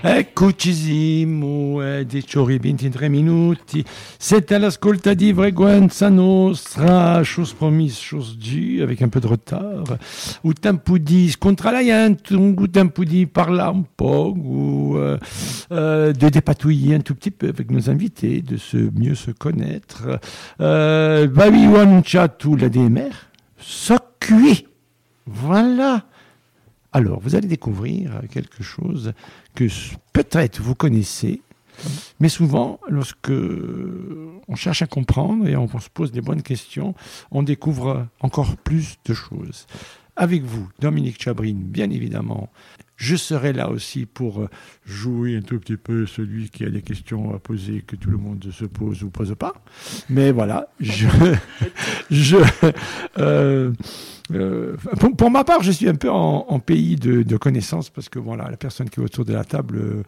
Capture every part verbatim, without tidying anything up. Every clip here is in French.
Eccoci eh, diciotto ventitré minuti. Siete all'ascolta di Frequenza Nostra, chose promise, chose due, avec un peu de retard. O tempo di scontralaient, o tempo di parler un po', ou euh, euh, de dépatouiller un tout petit peu avec nos invités, de se mieux se connaître. Euh, Babi Wanchatu, la D M R, s'occupe. Voilà. Alors, vous allez découvrir quelque chose que peut-être vous connaissez, mais souvent, lorsque on cherche à comprendre et on se pose des bonnes questions, on découvre encore plus de choses. Avec vous, Dominique Chabrine, bien évidemment. Je serai là aussi pour jouer un tout petit peu celui qui a des questions à poser que tout le monde se pose ou pose pas. Mais voilà, je... je euh, euh, pour, pour ma part, je suis un peu en, en pays de, de connaissances parce que voilà, la personne qui est autour de la table... Euh,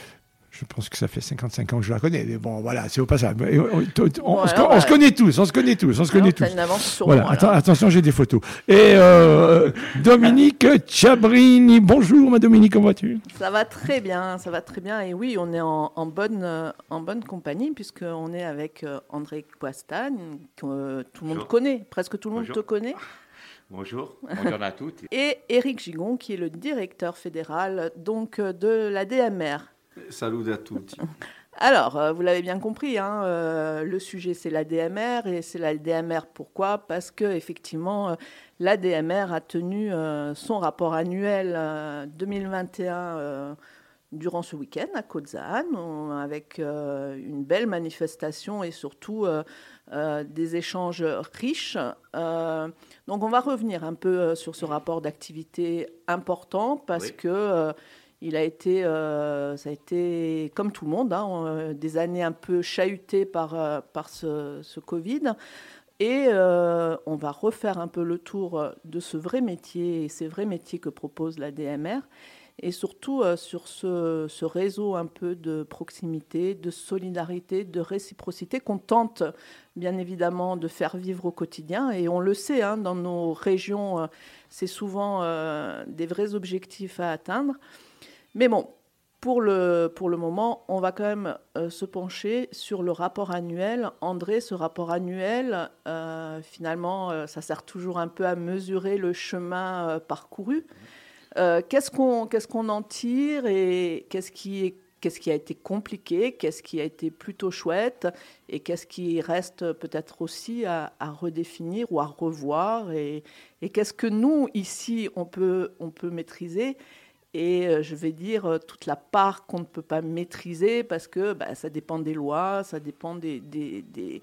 je pense que ça fait cinquante-cinq ans que je la connais, mais bon, voilà, c'est au passage. On, on, on, on, on, se, on se connaît tous, on se connaît tous, on se connaît tous. Voilà, atten- attention, j'ai des photos. Et euh, Dominique Chabrini, bonjour, ma Dominique, comment vas-tu ? Ça va très bien, ça va très bien. Et oui, on est en, en, bonne, euh, en bonne compagnie, puisqu'on est avec euh, André Coastagne, que euh, tout le monde Bonjour. connaît, presque tout le monde Bonjour. te connaît. Bonjour, bonjour à toutes. Et Éric Gigon, qui est le directeur fédéral donc, de la D M R. Salut à tous. Alors, euh, vous l'avez bien compris, hein, euh, le sujet c'est la D M R et c'est la D M R pourquoi ? Parce que effectivement, euh, la D M R a tenu euh, son rapport annuel euh, deux mille vingt et un euh, durant ce week-end à Côte-Zahn, avec euh, une belle manifestation et surtout euh, euh, des échanges riches. Euh, donc, on va revenir un peu euh, sur ce rapport d'activité important parce Oui. que euh, Il a été, euh, ça a été, comme tout le monde, hein, euh, des années un peu chahutées par, euh, par ce, ce Covid. Et euh, on va refaire un peu le tour de ce vrai métier et ces vrais métiers que propose la D M R. Et surtout euh, sur ce, ce réseau un peu de proximité, de solidarité, de réciprocité qu'on tente bien évidemment de faire vivre au quotidien. Et on le sait, hein, dans nos régions, euh, c'est souvent euh, des vrais objectifs à atteindre. Mais bon, pour le, pour le moment, on va quand même euh, se pencher sur le rapport annuel. André, ce rapport annuel, euh, finalement, euh, ça sert toujours un peu à mesurer le chemin euh, parcouru. Euh, qu'est-ce qu'on, qu'est-ce qu'on en tire et qu'est-ce qui, est, qu'est-ce qui a été compliqué, qu'est-ce qui a été plutôt chouette et qu'est-ce qui reste peut-être aussi à, à redéfinir ou à revoir et, et qu'est-ce que nous, ici, on peut, on peut maîtriser. Et euh, je vais dire euh, toute la part qu'on ne peut pas maîtriser parce que bah, ça dépend des lois, ça dépend des, des, des,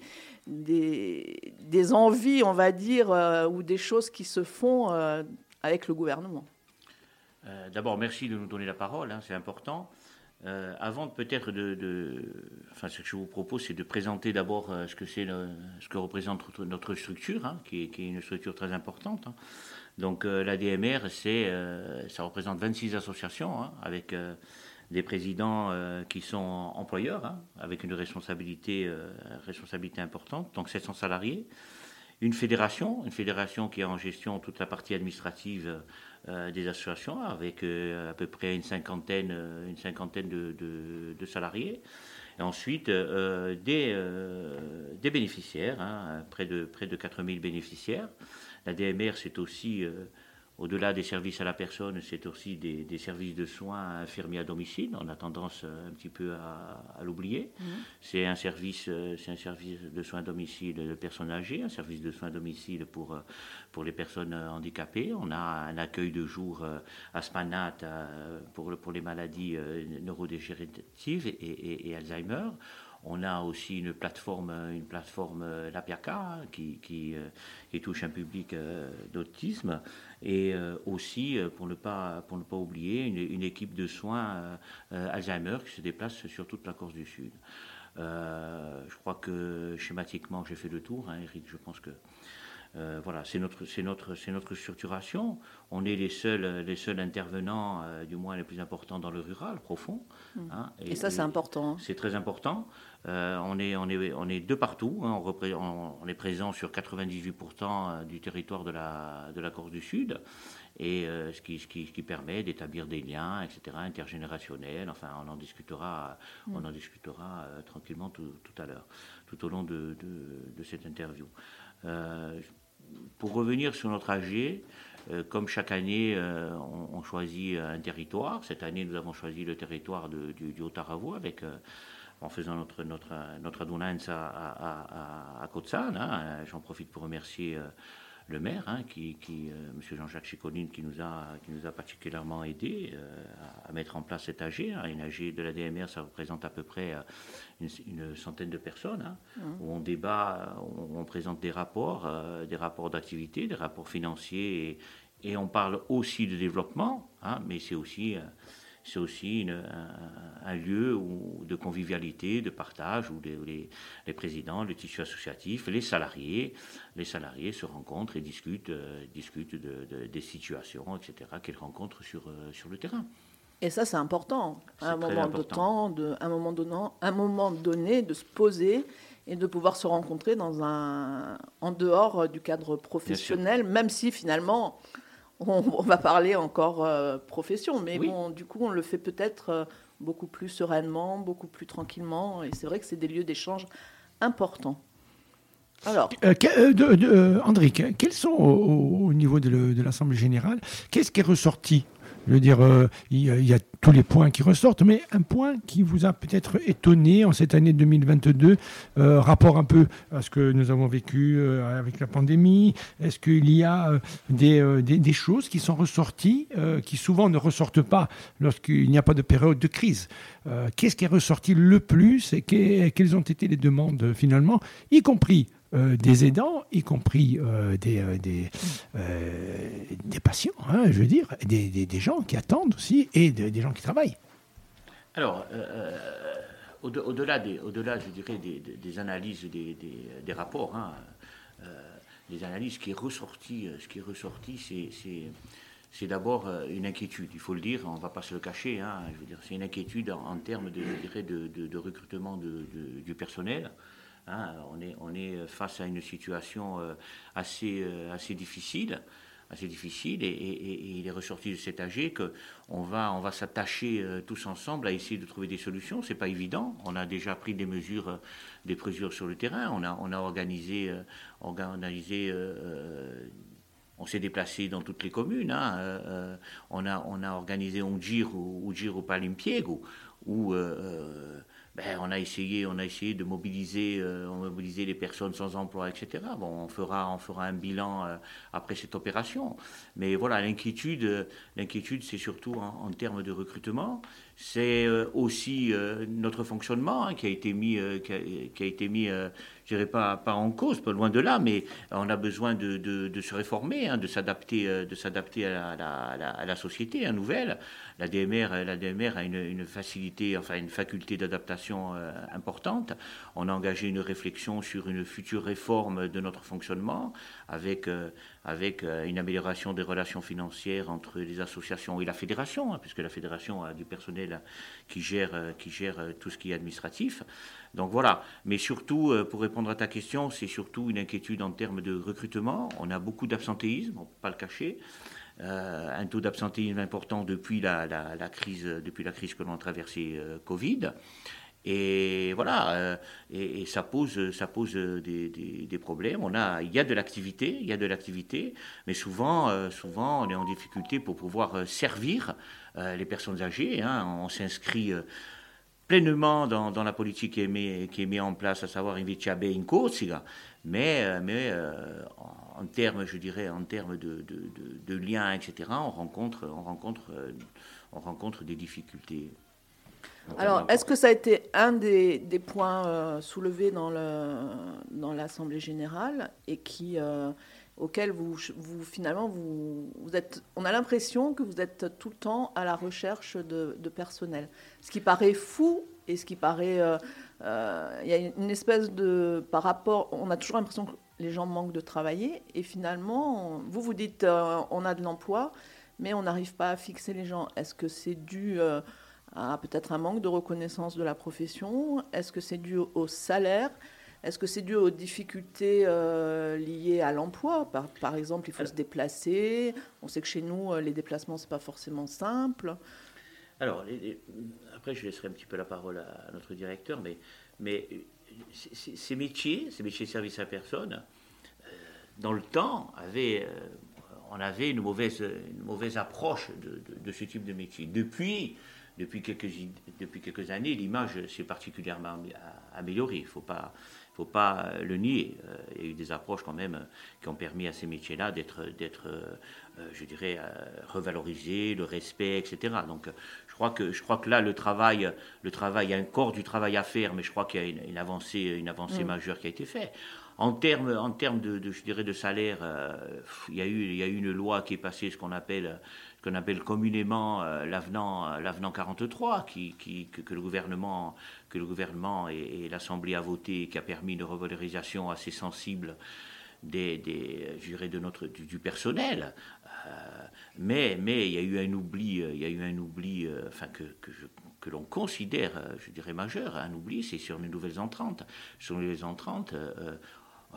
des, des envies, on va dire, euh, ou des choses qui se font euh, avec le gouvernement. Euh, d'abord, merci de nous donner la parole, hein, c'est important. Euh, avant peut-être de, de... Enfin, ce que je vous propose, c'est de présenter d'abord euh, ce que c'est le, ce que représente notre, notre structure, hein, qui, est, qui est une structure très importante. Hein. Donc euh, la D M R, c'est, euh, ça représente vingt-six associations, hein, avec euh, des présidents euh, qui sont employeurs, hein, avec une responsabilité, euh, responsabilité importante, donc sept cents salariés. Une fédération, une fédération qui a en gestion toute la partie administrative euh, des associations, avec euh, à peu près une cinquantaine, euh, une cinquantaine de, de, de salariés. Et ensuite, euh, des, euh, des bénéficiaires, hein, près de, près de quatre mille bénéficiaires. La D M R, c'est aussi, euh, au-delà des services à la personne, c'est aussi des, des services de soins infirmiers à domicile. On a tendance euh, un petit peu à, à l'oublier. Mmh. C'est un service, euh, c'est un service de soins à domicile de personnes âgées, un service de soins à domicile pour, euh, pour les personnes handicapées. On a un accueil de jour euh, à Spanat euh, pour, pour les maladies euh, neurodégénératives et, et, et Alzheimer. On a aussi une plateforme, une plateforme La Piaca, qui, qui, qui touche un public d'autisme, et aussi, pour ne pas, pour ne pas oublier, une, une équipe de soins Alzheimer qui se déplace sur toute la Corse du Sud. Euh, je crois que schématiquement, j'ai fait le tour, hein, Eric, je pense que... Euh, voilà, c'est notre, c'est notre, c'est notre structuration. On est les seuls, les seuls intervenants, euh, du moins les plus importants dans le rural profond. Hein, et, et ça, et, c'est important. Hein. C'est très important. Euh, on est, on est, on est de partout. Hein, on, repré- on, on est présent sur quatre-vingt-dix-huit pour cent du territoire de la, de la Corse du Sud, et euh, ce, qui, ce, qui, ce qui permet d'établir des liens, et cetera, intergénérationnels. Enfin, on en discutera, mm. on en discutera euh, tranquillement tout, tout à l'heure, tout au long de, de, de cette interview. Euh, Pour revenir sur notre A G, euh, comme chaque année, euh, on, on choisit un territoire. Cette année, nous avons choisi le territoire de, du, du Haut-Aravo, avec, euh, en faisant notre, notre, notre adunanza à, à, à, à Cozzane. Hein. J'en profite pour remercier euh, le maire, hein, qui, qui, euh, M. Jean-Jacques Chicoline, qui nous a, qui nous a particulièrement aidé euh, à, à mettre en place cette A G. Hein. Une A G de la D M R, ça représente à peu près euh, une, une centaine de personnes, hein, mmh. où on débat, où on présente des rapports, euh, des rapports d'activité, des rapports financiers, et, et on parle aussi de développement, hein, mais c'est aussi... Euh, c'est aussi une, un, un lieu où, de convivialité, de partage, où les, les, les présidents, le tissu associatif, les salariés, les salariés se rencontrent et discutent, euh, discutent de, de, des situations, et cetera, qu'ils rencontrent sur, euh, sur le terrain. Et ça, c'est important. C'est un moment important. de temps, de, un, moment donnant, un moment donné, de se poser et de pouvoir se rencontrer dans un, en dehors du cadre professionnel, même si finalement... On va parler encore euh, profession, mais oui. bon, du coup, on le fait peut-être euh, beaucoup plus sereinement, beaucoup plus tranquillement. Et c'est vrai que c'est des lieux d'échange importants. Alors, euh, euh, de, de, euh, André, quels sont au, au niveau de, le, de l'Assemblée générale, qu'est-ce qui est ressorti ? Je veux dire, euh, il, y a, il y a tous les points qui ressortent, mais un point qui vous a peut-être étonné en cette année deux mille vingt-deux, euh, rapport un peu à ce que nous avons vécu euh, avec la pandémie. Est-ce qu'il y a euh, des, euh, des, des choses qui sont ressorties, euh, qui souvent ne ressortent pas lorsqu'il n'y a pas de période de crise? euh, Qu'est-ce qui est ressorti le plus et que, quelles ont été les demandes finalement, y compris Euh, des aidants, y compris euh, des, euh, des, euh, des patients, hein, je veux dire, des, des, des gens qui attendent aussi, et de, des gens qui travaillent. Alors, euh, au-de, au-delà, des, au-delà, je dirais, des, des analyses, des, des, des rapports, hein, euh, les analyses, ce qui est ressorti, ce qui est ressorti, c'est, c'est, c'est d'abord une inquiétude, il faut le dire, on ne va pas se le cacher, hein, je veux dire, c'est une inquiétude en, en termes de, je dirais, de, de, de recrutement de, de, du personnel. Hein, on, est, on est face à une situation euh, assez, euh, assez difficile, assez difficile et, et, et il est ressorti de cet A G qu'on va, on va s'attacher euh, tous ensemble à essayer de trouver des solutions. C'est pas évident. On a déjà pris des mesures, euh, des mesures sur le terrain. On a, on a organisé, euh, organisé euh, on s'est déplacé dans toutes les communes. Hein, euh, on, a, on a organisé un giro, un giro Palimpiego où euh, ben, on a essayé, on a essayé de mobiliser, euh, mobiliser les personnes sans emploi, et cetera. Bon, on fera, on fera un bilan euh, après cette opération. Mais voilà, l'inquiétude, euh, l'inquiétude, c'est surtout en, en termes de recrutement. C'est euh, aussi euh, notre fonctionnement hein, qui a été mis, euh, qui, a, qui a été mis, euh, je dirais pas, pas en cause, pas loin de là, mais on a besoin de, de, de se réformer, hein, de s'adapter, euh, de s'adapter à la, à la, à la société hein, nouvelle. La D M R, la D M R a une, une facilité, enfin une faculté d'adaptation euh, importante. On a engagé une réflexion sur une future réforme de notre fonctionnement, avec euh, avec euh, une amélioration des relations financières entre les associations et la fédération, hein, puisque la fédération a du personnel qui gère euh, qui gère euh, tout ce qui est administratif. Donc voilà. Mais surtout, euh, pour répondre à ta question, c'est surtout une inquiétude en termes de recrutement. On a beaucoup d'absentéisme, on ne peut pas le cacher. Euh, un taux d'absentéisme important depuis la, la, la crise, depuis la crise que l'on a traversée euh, Covid. Et voilà, euh, et, et ça pose, ça pose des, des, des problèmes. On a, il y a de l'activité, il y a de l'activité, mais souvent, euh, souvent, on est en difficulté pour pouvoir servir euh, les personnes âgées. Hein. On s'inscrit euh, pleinement dans, dans la politique qui est, mis, qui est mise en place, à savoir Invitiabe in Corsica, mais, mais euh, en, en termes, je dirais, en termes de, de, de, de liens, et cetera, on rencontre, on rencontre, euh, on rencontre des difficultés. Alors, est-ce que ça a été un des, des points euh, soulevés dans, le, dans l'Assemblée générale et qui, euh, auquel vous, vous finalement, vous, vous êtes, on a l'impression que vous êtes tout le temps à la recherche de, de personnel, ce qui paraît fou et ce qui paraît, il euh, euh, y a une espèce de, par rapport, on a toujours l'impression que les gens manquent de travailler. Et finalement, vous vous dites, euh, on a de l'emploi, mais on n'arrive pas à fixer les gens. Est-ce que c'est dû euh, à peut-être un manque de reconnaissance de la profession? Est-ce que c'est dû au salaire? Est-ce que c'est dû aux difficultés euh, liées à l'emploi? par, par exemple, il faut Alors, se déplacer. On sait que chez nous, les déplacements, ce n'est pas forcément simple. Alors, les, les, après, je laisserai un petit peu la parole à, à notre directeur, mais, mais ces, ces métiers, ces métiers de service à la personne, euh, dans le temps, avaient... Euh, on avait une mauvaise, une mauvaise approche de, de, de ce type de métier. Depuis, depuis, quelques, depuis quelques années, l'image s'est particulièrement améliorée. Il ne faut pas, faut pas le nier. Il y a eu des approches quand même qui ont permis à ces métiers-là d'être, d'être euh, je dirais, euh, revalorisés, le respect, et cetera. Donc, je crois que, je crois que là, le travail, le travail, il y a encore du travail à faire, mais je crois qu'il y a une, une avancée, une avancée mmh. majeure qui a été faite. En termes, en termes de, de, je dirais, de salaire, euh, il y a eu, il y a eu une loi qui est passée, ce qu'on appelle, ce qu'on appelle communément euh, l'avenant, l'avenant quarante-trois, qui, qui, que, que le gouvernement, que le gouvernement et, et l'Assemblée a voté, qui a permis une revalorisation assez sensible des, des, je dirais, de notre, du, du personnel. Euh, mais, mais il y a eu un oubli, il y a eu un oubli, euh, enfin que, que je que l'on considère, je dirais, majeur, un oubli, c'est sur les nouvelles entrantes. Sur les nouvelles entrantes, euh, euh,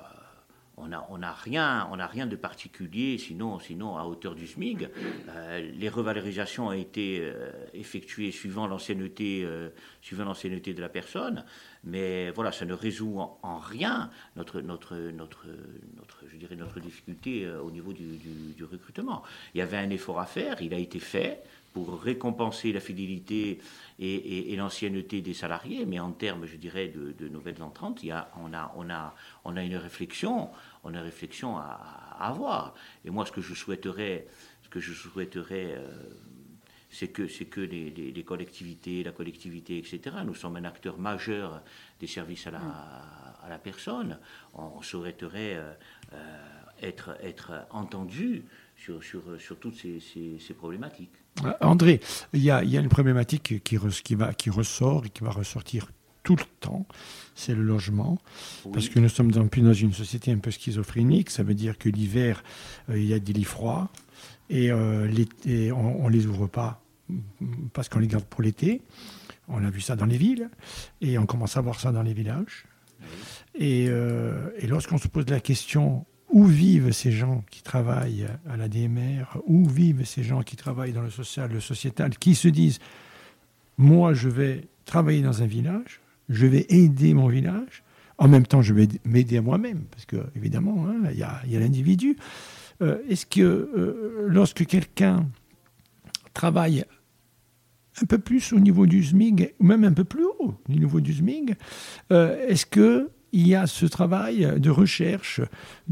on n'a on a rien, on a rien de particulier, sinon, sinon à hauteur du SMIC. Euh, les revalorisations ont été euh, effectuées suivant l'ancienneté, euh, suivant l'ancienneté de la personne, mais voilà, ça ne résout en, en rien notre, notre, notre, notre, je dirais, notre difficulté euh, au niveau du, du, du recrutement. Il y avait un effort à faire, il a été fait pour récompenser la fidélité et, et, et l'ancienneté des salariés, mais en termes, je dirais, de, de nouvelles entrantes, il y a, on, a, on, a, on a une réflexion, on a une réflexion à, à avoir. Et moi, ce que je souhaiterais, ce que je souhaiterais, euh, c'est que, c'est que les, les, les collectivités, la collectivité, et cetera. Nous sommes un acteur majeur des services à la, à la personne. On souhaiterait euh, euh, être, être entendu sur, sur, sur toutes ces, ces, ces problématiques. André, il y a, il y a une problématique qui, re, qui, va, qui ressort et qui va ressortir tout le temps, c'est le logement. Oui. Parce que nous sommes dans, dans une société un peu schizophrénique, ça veut dire que l'hiver, euh, il y a des lits froids et, euh, l'été, on ne les ouvre pas parce qu'on les garde pour l'été. On a vu ça dans les villes et on commence à voir ça dans les villages. Oui. Et, euh, et lorsqu'on se pose la question... Où vivent ces gens qui travaillent à la D M R? Où vivent ces gens qui travaillent dans le social, le sociétal, qui se disent « Moi, je vais travailler dans un village, je vais aider mon village, en même temps, je vais m'aider à moi-même, parce qu'évidemment, hein, il y a, y a l'individu. Euh, » Est-ce que euh, lorsque quelqu'un travaille un peu plus au niveau du SMIC, ou même un peu plus haut au niveau du SMIC, euh, est-ce que il y a ce travail de recherche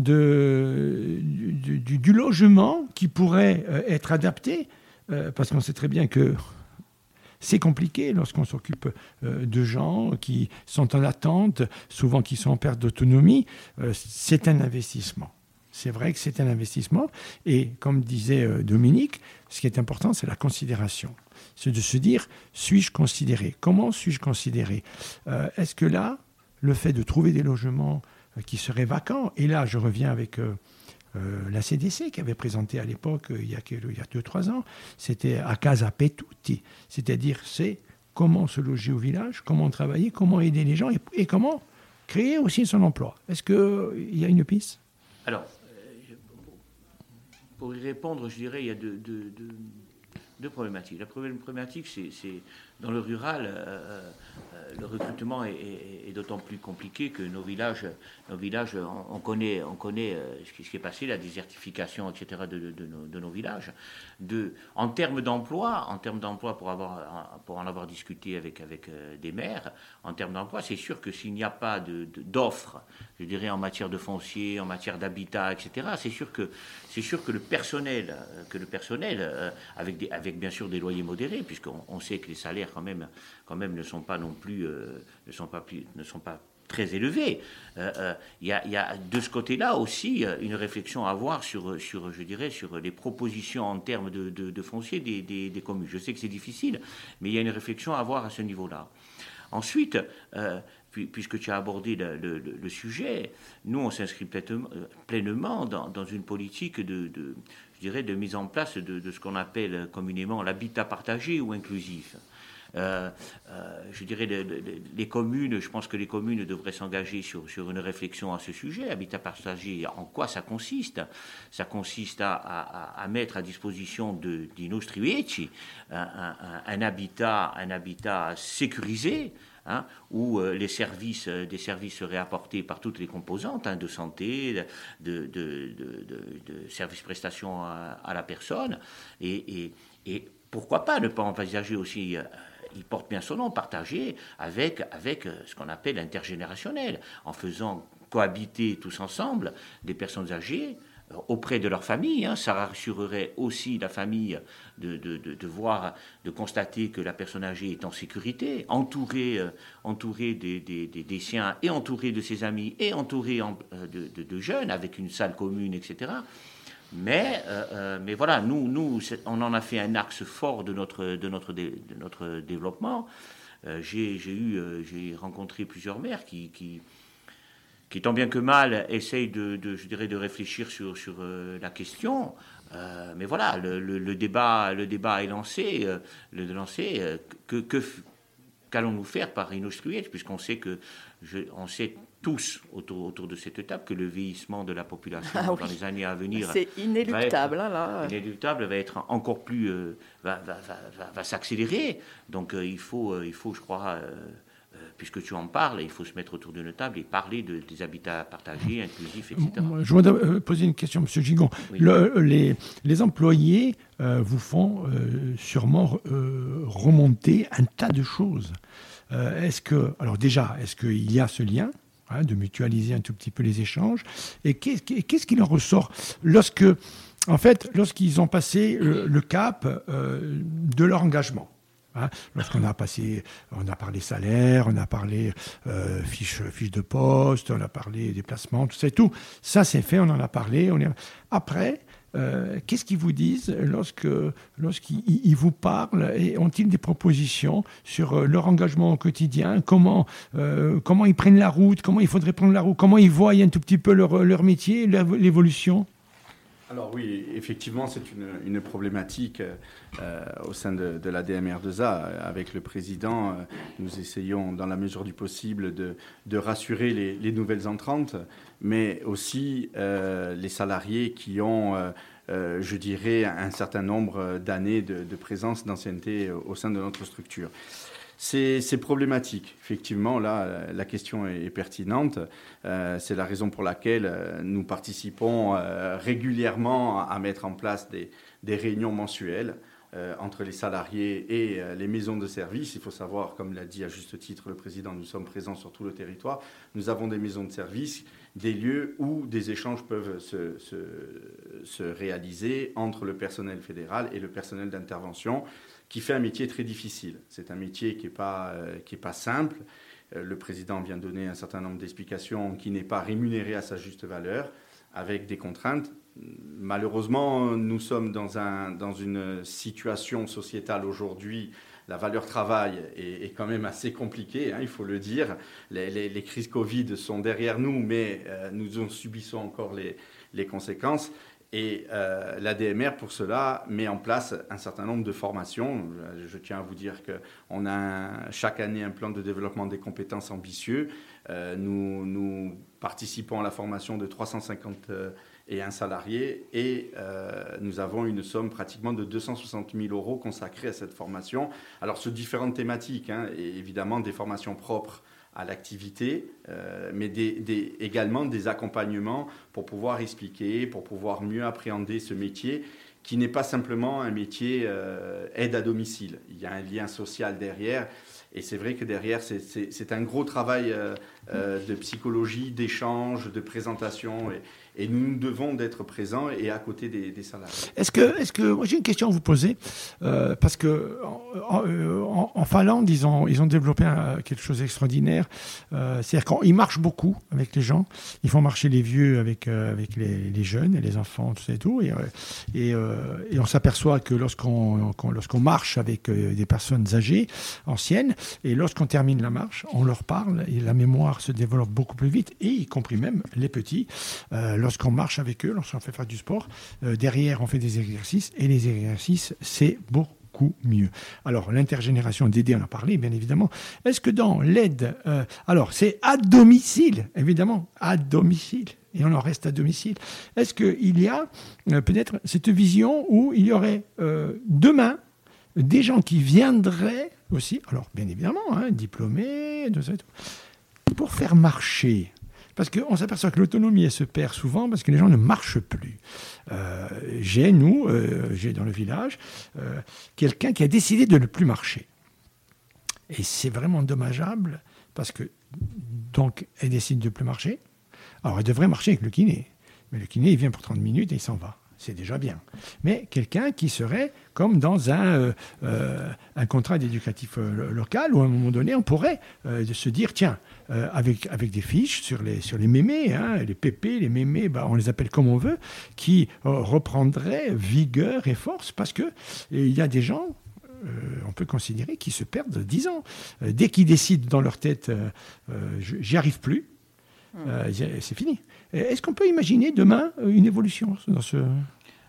de, du, du, du logement qui pourrait être adapté, euh, parce qu'on sait très bien que c'est compliqué lorsqu'on s'occupe euh, de gens qui sont en attente, souvent qui sont en perte d'autonomie. Euh, c'est un investissement. C'est vrai que c'est un investissement. Et comme disait euh, Dominique, ce qui est important, c'est la considération. C'est de se dire, suis-je considéré? Comment suis-je considéré? euh, Est-ce que là, le fait de trouver des logements qui seraient vacants, et là je reviens avec euh, euh, la C D C qui avait présenté à l'époque, euh, il y a deux trois ans, c'était a casa per tutti, c'est-à-dire c'est comment se loger au village, comment travailler, comment aider les gens et, et comment créer aussi son emploi. Est-ce qu'il euh, y a une piste? Alors, euh, pour y répondre, je dirais il y a deux, deux, deux, deux problématiques. La première problématique, c'est, c'est dans le rural, euh, euh, le recrutement est, est, est d'autant plus compliqué que nos villages, nos villages on, on connaît, on connaît euh, ce, qui, ce qui est passé, la désertification, et cetera de, de, de, nos, de nos villages. De, en termes d'emploi, en termes d'emploi, pour, avoir, pour en avoir discuté avec, avec euh, des maires, en termes d'emploi, c'est sûr que s'il n'y a pas de, de, d'offres, je dirais en matière de foncier, en matière d'habitat, et cetera, c'est sûr que, c'est sûr que le personnel, que le personnel euh, avec, des, avec bien sûr des loyers modérés, puisqu'on on sait que les salaires quand même, quand même ne sont pas non plus, euh, ne sont pas plus, ne sont pas très élevés. Il euh, euh, y, y a de ce côté-là aussi une réflexion à avoir sur, sur, je dirais, sur les propositions en termes de, de, de foncier des, des, des communes. Je sais que c'est difficile, mais il y a une réflexion à avoir à ce niveau-là. Ensuite, euh, puisque tu as abordé le, le, le sujet, nous, on s'inscrit pleinement dans, dans une politique de, de, je dirais, de mise en place de, de ce qu'on appelle communément l'habitat partagé ou inclusif. Euh, euh, je dirais les, les communes, je pense que les communes devraient s'engager sur, sur une réflexion à ce sujet. Habitat partagé, en quoi ça consiste? Ça consiste à, à, à mettre à disposition de, di nostri vecchi un, un, un, habitat, un habitat sécurisé, hein, où euh, les services, euh, des services seraient apportés par toutes les composantes, hein, de santé, de, de, de, de, de services prestations à, à la personne, et, et, et pourquoi pas ne pas envisager aussi, euh, il porte bien son nom, partager avec, avec euh, ce qu'on appelle l'intergénérationnel, en faisant cohabiter tous ensemble des personnes âgées euh, auprès de leur famille. Hein. Ça rassurerait aussi la famille de, de, de, de voir, de constater que la personne âgée est en sécurité, entourée, euh, entourée des, des, des, des siens et entourée de ses amis et entourée en, euh, de, de, de jeunes avec une salle commune, et cetera. Mais, euh, mais voilà, nous, nous, on en a fait un axe fort de notre, de notre, de notre développement. Euh, j'ai, j'ai, eu, euh, j'ai rencontré plusieurs maires qui, qui, qui, tant bien que mal, essayent de, de, je dirais, de réfléchir sur, sur euh, la question. Euh, mais voilà, le, le, le, débat, le débat est lancé. Euh, le lancé euh, que, que, qu'allons-nous faire par Inostruiet, puisqu'on sait que, je, on sait tous autour, autour de cette table que le vieillissement de la population ah, dans oui. les années à venir c'est inéluctable, va être, hein, là. inéluctable, va être encore plus euh, va, va, va, va, va s'accélérer. Donc euh, il faut euh, il faut je crois euh, euh, puisque tu en parles, il faut se mettre autour d'une table et parler de, des habitats partagés, inclusifs, et cetera. Je voudrais poser une question, Monsieur Gigon. Oui. Le, les, les employés euh, vous font euh, sûrement euh, remonter un tas de choses. Euh, est-ce que alors déjà est-ce qu'il y a ce lien? Hein, de mutualiser un tout petit peu les échanges. Et qu'est-ce, qu'est-ce qu'il en ressort lorsque, en fait, lorsqu'ils ont passé le, le cap euh, de leur engagement? Hein, lorsqu'on a passé, on a parlé salaire, on a parlé euh, fiche, fiche de poste, on a parlé déplacement, tout ça et tout. Ça, c'est fait, on en a parlé. On est... Après, euh, qu'est-ce qu'ils vous disent lorsque, lorsqu'ils ils vous parlent et ont-ils des propositions sur leur engagement au quotidien, comment, euh, comment ils prennent la route, comment il faudrait prendre la route, comment ils voient un tout petit peu leur, leur métier, l'évolution? Alors oui, effectivement, c'est une, une problématique euh, au sein de, de la D M R deux A. Avec le président, euh, nous essayons, dans la mesure du possible, de, de rassurer les, les nouvelles entrantes, mais aussi euh, les salariés qui ont, euh, euh, je dirais, un certain nombre d'années de, de présence, d'ancienneté au sein de notre structure. C'est, c'est problématique. Effectivement, là, la question est pertinente. Euh, c'est la raison pour laquelle nous participons euh, régulièrement à mettre en place des, des réunions mensuelles euh, entre les salariés et euh, les maisons de service. Il faut savoir, comme l'a dit à juste titre le président, nous sommes présents sur tout le territoire. Nous avons des maisons de service, des lieux où des échanges peuvent se, se, se réaliser entre le personnel fédéral et le personnel d'intervention, qui fait un métier très difficile. C'est un métier qui n'est pas, euh, qui est pas simple. Euh, le président vient donner un certain nombre d'explications, qui n'est pas rémunéré à sa juste valeur, avec des contraintes. Malheureusement, nous sommes dans, un, dans une situation sociétale aujourd'hui. La valeur travail est, est quand même assez compliquée, hein, il faut le dire. Les, les, les crises Covid sont derrière nous, mais euh, nous en subissons encore les, les conséquences. Et euh, la D M R, pour cela, met en place un certain nombre de formations. Je, je tiens à vous dire qu'on a un, chaque année un plan de développement des compétences ambitieux. Euh, nous, nous participons à la formation de trois cent cinquante et un salariés et euh, nous avons une somme pratiquement de deux cent soixante mille euros consacrée à cette formation. Alors, sur différentes thématiques, hein, et évidemment des formations propres à l'activité, euh, mais des, des, également des accompagnements pour pouvoir expliquer, pour pouvoir mieux appréhender ce métier qui n'est pas simplement un métier euh, aide à domicile. Il y a un lien social derrière et c'est vrai que derrière, c'est, c'est, c'est un gros travail euh, euh, de psychologie, d'échange, de présentation et, et nous devons d'être présents et à côté des, des salariés. Est-ce que, est-ce que, moi j'ai une question à vous poser, euh, parce que en, en, en Finlande, ils ont, ils ont développé un, quelque chose d'extraordinaire. Euh, c'est-à-dire qu'ils marchent beaucoup avec les gens, ils font marcher les vieux avec, euh, avec les, les jeunes et les enfants, tout ça et tout. Et, et, euh, et on s'aperçoit que lorsqu'on, qu'on, lorsqu'on marche avec euh, des personnes âgées, anciennes, et lorsqu'on termine la marche, on leur parle et la mémoire se développe beaucoup plus vite, et y compris même les petits. Euh, lorsqu'on marche avec eux, lorsqu'on fait faire du sport, euh, derrière on fait des exercices, et les exercices, c'est beaucoup mieux. Alors, l'intergénération d'aider, on en a parlé, bien évidemment. Est-ce que dans l'aide, euh, alors c'est à domicile, évidemment, à domicile, et on en reste à domicile. Est-ce qu'il y a euh, peut-être cette vision où il y aurait euh, demain des gens qui viendraient aussi, alors bien évidemment, hein, diplômés, tout ça et tout, pour faire marcher. Parce qu'on s'aperçoit que l'autonomie, elle se perd souvent parce que les gens ne marchent plus. Euh, j'ai, nous, euh, j'ai dans le village, euh, quelqu'un qui a décidé de ne plus marcher. Et c'est vraiment dommageable parce que, donc, elle décide de ne plus marcher. Alors, elle devrait marcher avec le kiné. Mais le kiné, il vient pour trente minutes et il s'en va. C'est déjà bien. Mais quelqu'un qui serait comme dans un, euh, euh, un contrat d'éducatif euh, local où à un moment donné, on pourrait euh, se dire, tiens, euh, avec, avec des fiches sur les, sur les mémés, hein, les pépés, les mémés, bah, on les appelle comme on veut, qui euh, reprendraient vigueur et force parce qu'il y a des gens, euh, on peut considérer, qui se perdent dix ans. Euh, dès qu'ils décident dans leur tête, euh, euh, j'y arrive plus, Euh, c'est fini. Est-ce qu'on peut imaginer demain une évolution dans ce... Euh,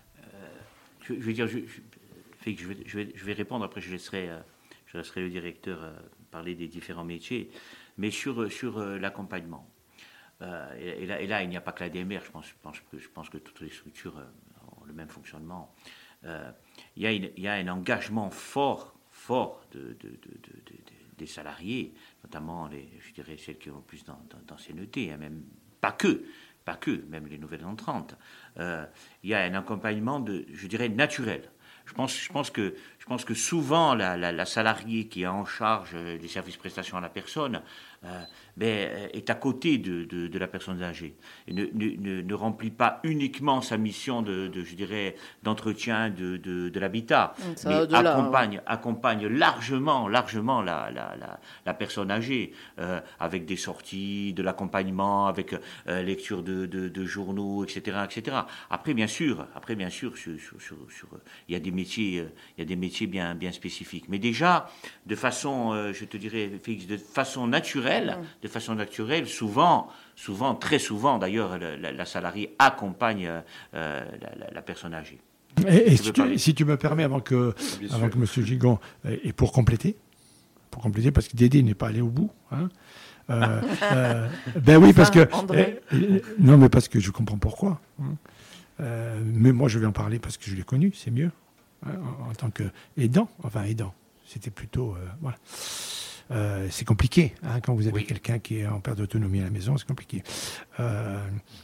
je, je vais dire, je, je, je, vais, je, vais, je vais répondre, après je laisserai, euh, je laisserai le directeur euh, parler des différents métiers, mais sur, sur euh, l'accompagnement. Euh, et, et, là, et là, il n'y a pas que la D M R, je pense, je pense, que, je pense que toutes les structures euh, ont le même fonctionnement. Euh, il, y a une, il y a un engagement fort, fort de, de, de, de, de, de des salariés, notamment les, je dirais celles qui ont plus d'ancienneté, hein, même pas que, pas que, même les nouvelles entrantes. Euh, il y a un accompagnement de, je dirais, naturel. Je pense, je pense que, je pense que souvent la, la, la salariée qui est en charge des services prestations à la personne euh, ben, est à côté de, de, de la personne âgée et ne, ne, ne remplit pas uniquement sa mission de, de je dirais, d'entretien de, de, de l'habitat, mais accompagne, ouais. accompagne largement, largement la, la, la, la personne âgée euh, avec des sorties, de l'accompagnement, avec euh, lecture de, de, de journaux, et cetera, et cetera. Après, bien sûr, après, bien sûr, sur, sur, sur, sur, il y a des métiers, euh, il y a des métiers bien, bien spécifiques. Mais déjà, de façon, euh, je te dirais, Félix, de façon naturelle, de façon naturelle, souvent, souvent, très souvent d'ailleurs, la, la, la salariée accompagne euh, la, la, la personne âgée. Et, et si, tu, si tu me permets, avant que, avant que M. Gigon, et pour compléter, pour compléter, parce que Dédé n'est pas allé au bout, hein, euh, euh, ben oui, parce que euh, non, mais parce que je comprends pourquoi. Hein, euh, mais moi, je vais en parler parce que je l'ai connu, c'est mieux, hein, en, en tant qu'aidant, enfin aidant. C'était plutôt, euh, voilà. Euh, c'est compliqué, hein, quand vous avez oui. quelqu'un qui est en perte d'autonomie à la maison, c'est compliqué. Euh,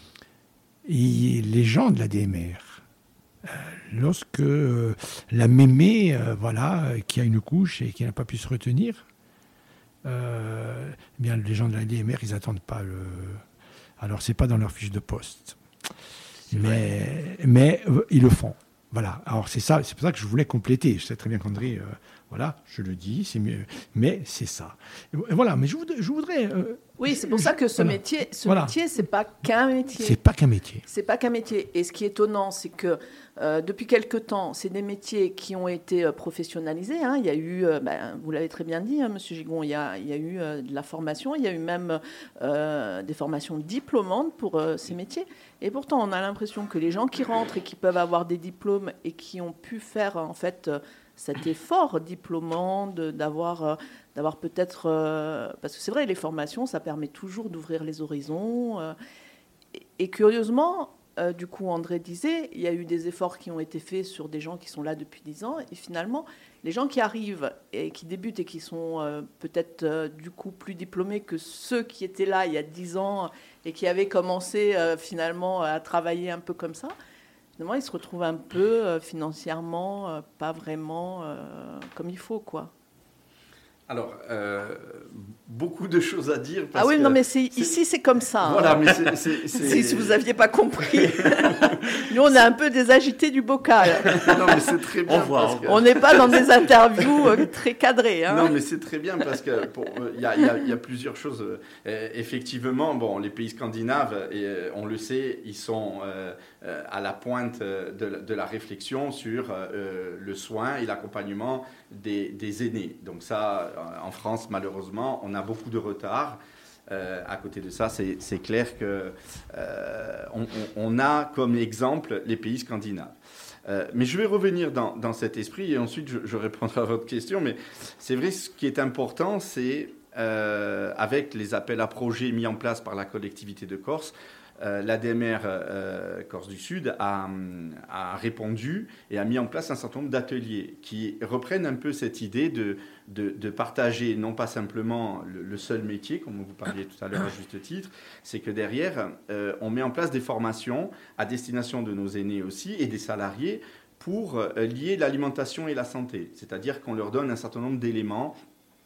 et les gens de la D M R, euh, lorsque euh, la mémé, euh, voilà, qui a une couche et qui n'a pas pu se retenir, euh, eh bien, les gens de la D M R, ils n'attendent pas le... Alors, c'est pas dans leur fiche de poste, mais, mais euh, ils le font. Voilà, alors c'est ça, c'est pour ça que je voulais compléter. Je sais très bien qu'André, euh, voilà, je le dis, c'est mieux, mais c'est ça. Et voilà, mais je voudrais... Je voudrais euh, oui, c'est pour je, ça que ce voilà. métier, ce voilà. métier, c'est pas qu'un métier. C'est pas qu'un métier. C'est pas qu'un métier. Et ce qui est étonnant, c'est que euh, depuis quelque temps, c'est des métiers qui ont été euh, professionnalisés. Hein. Il y a eu, euh, ben, vous l'avez très bien dit, hein, Monsieur Gigon, il y a, il y a eu euh, de la formation, il y a eu même euh, des formations diplômantes pour euh, ces métiers. Et pourtant, on a l'impression que les gens qui rentrent et qui peuvent avoir des diplômes et qui ont pu faire en fait euh, cet effort diplômant de, d'avoir, euh, d'avoir peut-être... Euh, parce que c'est vrai, les formations, ça permet toujours d'ouvrir les horizons. Euh, et, et curieusement, euh, du coup, André disait, il y a eu des efforts qui ont été faits sur des gens qui sont là depuis dix ans. Et finalement, les gens qui arrivent et qui débutent et qui sont euh, peut-être euh, du coup plus diplômés que ceux qui étaient là il y a dix ans et qui avaient commencé euh, finalement à travailler un peu comme ça, finalement, ils se retrouvent un peu euh, financièrement euh, pas vraiment euh, comme il faut, quoi. Alors, euh, beaucoup de choses à dire. Parce ah oui, que non, mais c'est, c'est... ici, c'est comme ça. Voilà, hein. mais c'est... c'est, c'est... Si, si vous n'aviez pas compris. Nous, on est un peu des agités du bocal. Non, mais c'est très bien. Au revoir, parce que... On n'est pas dans des interviews euh, très cadrées. Hein. Non, mais c'est très bien parce que il euh, y, y, y a plusieurs choses. Euh, effectivement, bon, les pays scandinaves, et, euh, on le sait, ils sont euh, euh, à la pointe de, de la réflexion sur euh, le soin et l'accompagnement des, des aînés. Donc ça, en France, malheureusement, on a beaucoup de retard. Euh, à côté de ça, c'est, c'est clair que euh, on, on, on a comme exemple les pays scandinaves. Euh, mais je vais revenir dans, dans cet esprit et ensuite je, je répondrai à votre question. Mais c'est vrai, ce qui est important, c'est euh, avec les appels à projets mis en place par la collectivité de Corse, euh, l'A D M R euh, Corse du Sud a, a répondu et a mis en place un certain nombre d'ateliers qui reprennent un peu cette idée de, de, de partager non pas simplement le, le seul métier, comme vous parliez tout à l'heure à juste titre, c'est que derrière, euh, on met en place des formations à destination de nos aînés aussi et des salariés pour euh, lier l'alimentation et la santé. C'est-à-dire qu'on leur donne un certain nombre d'éléments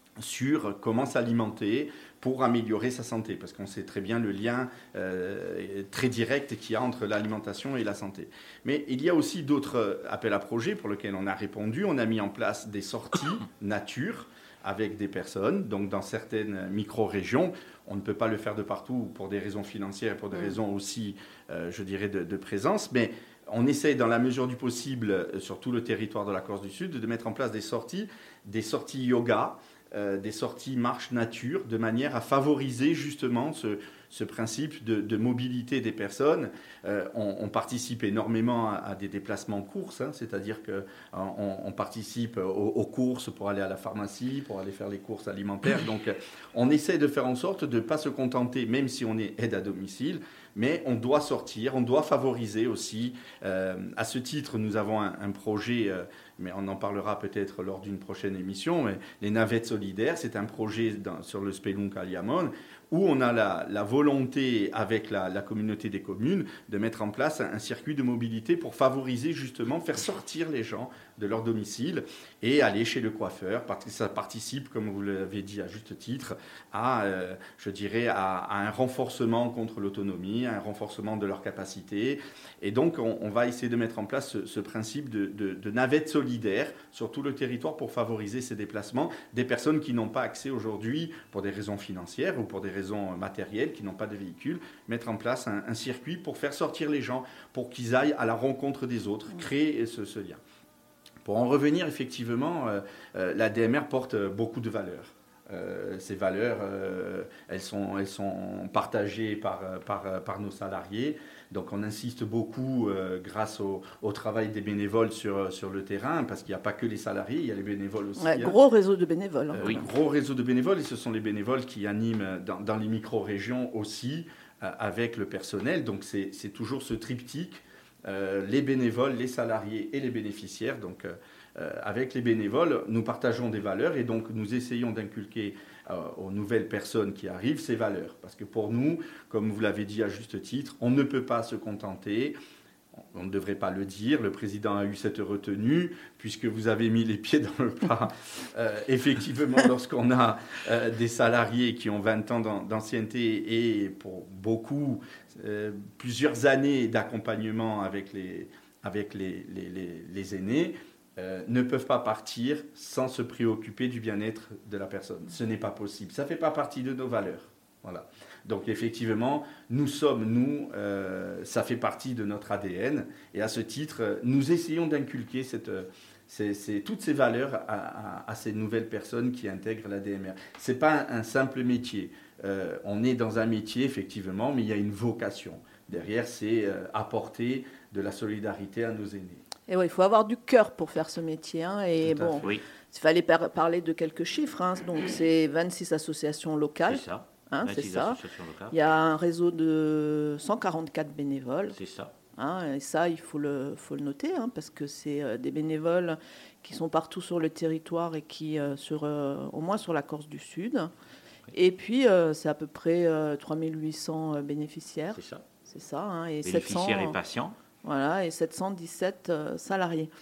sur comment s'alimenter pour améliorer sa santé, parce qu'on sait très bien le lien euh, très direct qu'il y a entre l'alimentation et la santé. Mais il y a aussi d'autres appels à projets pour lesquels on a répondu. On a mis en place des sorties nature avec des personnes, donc dans certaines micro-régions. On ne peut pas le faire de partout pour des raisons financières et pour des mmh. raisons aussi, euh, je dirais, de, de présence, mais on essaye dans la mesure du possible, sur tout le territoire de la Corse du Sud, de mettre en place des sorties, des sorties yoga, Euh, des sorties marche nature, de manière à favoriser justement ce, ce principe de, de mobilité des personnes. Euh, on, on participe énormément à, à des déplacements courses, hein, c'est-à-dire qu'on on participe aux, aux courses pour aller à la pharmacie, pour aller faire les courses alimentaires. Donc on essaie de faire en sorte de ne pas se contenter, même si on est aide à domicile, mais on doit sortir, on doit favoriser aussi. Euh, à ce titre, nous avons un, un projet, euh, mais on en parlera peut-être lors d'une prochaine émission, mais les navettes solidaires, c'est un projet dans, sur le Spelunca Liamone, où on a la, la volonté, avec la, la communauté des communes, de mettre en place un, un circuit de mobilité pour favoriser justement, faire sortir les gens de leur domicile et aller chez le coiffeur, parce que ça participe, comme vous l'avez dit à juste titre, à, euh, je dirais, à, à un renforcement contre l'autonomie, à un renforcement de leurs capacités. Et donc, on, on va essayer de mettre en place ce, ce principe de, de, de navette solidaire sur tout le territoire pour favoriser ces déplacements des personnes qui n'ont pas accès aujourd'hui, pour des raisons financières ou pour des raisons matérielles, qui n'ont pas de véhicule, mettre en place un, un circuit pour faire sortir les gens, pour qu'ils aillent à la rencontre des autres, créer ce, ce lien. Pour en revenir, effectivement, euh, euh, la D M R porte beaucoup de valeurs. Euh, ces valeurs, euh, elles, sont, elles sont partagées par, par, par nos salariés. Donc on insiste beaucoup, euh, grâce au, au travail des bénévoles sur, sur le terrain, parce qu'il n'y a pas que les salariés, il y a les bénévoles aussi. Ouais, hein. Gros réseau de bénévoles. Hein. Euh, oui, gros réseau de bénévoles, et ce sont les bénévoles qui animent dans, dans les micro-régions aussi, euh, avec le personnel. Donc c'est, c'est toujours ce triptyque. Euh, les bénévoles, les salariés et les bénéficiaires. Donc, euh, euh, avec les bénévoles, nous partageons des valeurs et donc nous essayons d'inculquer euh, aux nouvelles personnes qui arrivent ces valeurs. Parce que pour nous, comme vous l'avez dit à juste titre, on ne peut pas se contenter. On ne devrait pas le dire. Le président a eu cette retenue, puisque vous avez mis les pieds dans le plat. Euh, effectivement, lorsqu'on a euh, des salariés qui ont vingt ans d'ancienneté et pour beaucoup, euh, plusieurs années d'accompagnement avec les, avec les, les, les, les aînés, euh, ne peuvent pas partir sans se préoccuper du bien-être de la personne. Ce n'est pas possible. Ça ne fait pas partie de nos valeurs. Voilà. Donc effectivement, nous sommes, nous, euh, ça fait partie de notre A D N. Et à ce titre, nous essayons d'inculquer cette, c'est, c'est, toutes ces valeurs à, à, à ces nouvelles personnes qui intègrent l'A D M R. Ce n'est pas un, un simple métier. Euh, on est dans un métier, effectivement, mais il y a une vocation. Derrière, c'est euh, apporter de la solidarité à nos aînés. Et ouais, il faut avoir du cœur pour faire ce métier. Hein, et Tout à bon, fait. Oui. il fallait par- parler de quelques chiffres. Hein, donc c'est vingt-six associations locales. C'est ça. Hein, c'est ça. Locales. Il y a un réseau de cent quarante-quatre bénévoles. C'est ça. Hein, et ça, il faut le, faut le noter, hein, parce que c'est euh, des bénévoles qui sont partout sur le territoire et qui, euh, sur, euh, au moins sur la Corse du Sud. Oui. Et puis, euh, c'est à peu près euh, trois mille huit cents bénéficiaires. C'est ça. C'est ça. Hein, et bénéficiaires sept cents, et patients. Voilà, et sept cent dix-sept euh, salariés.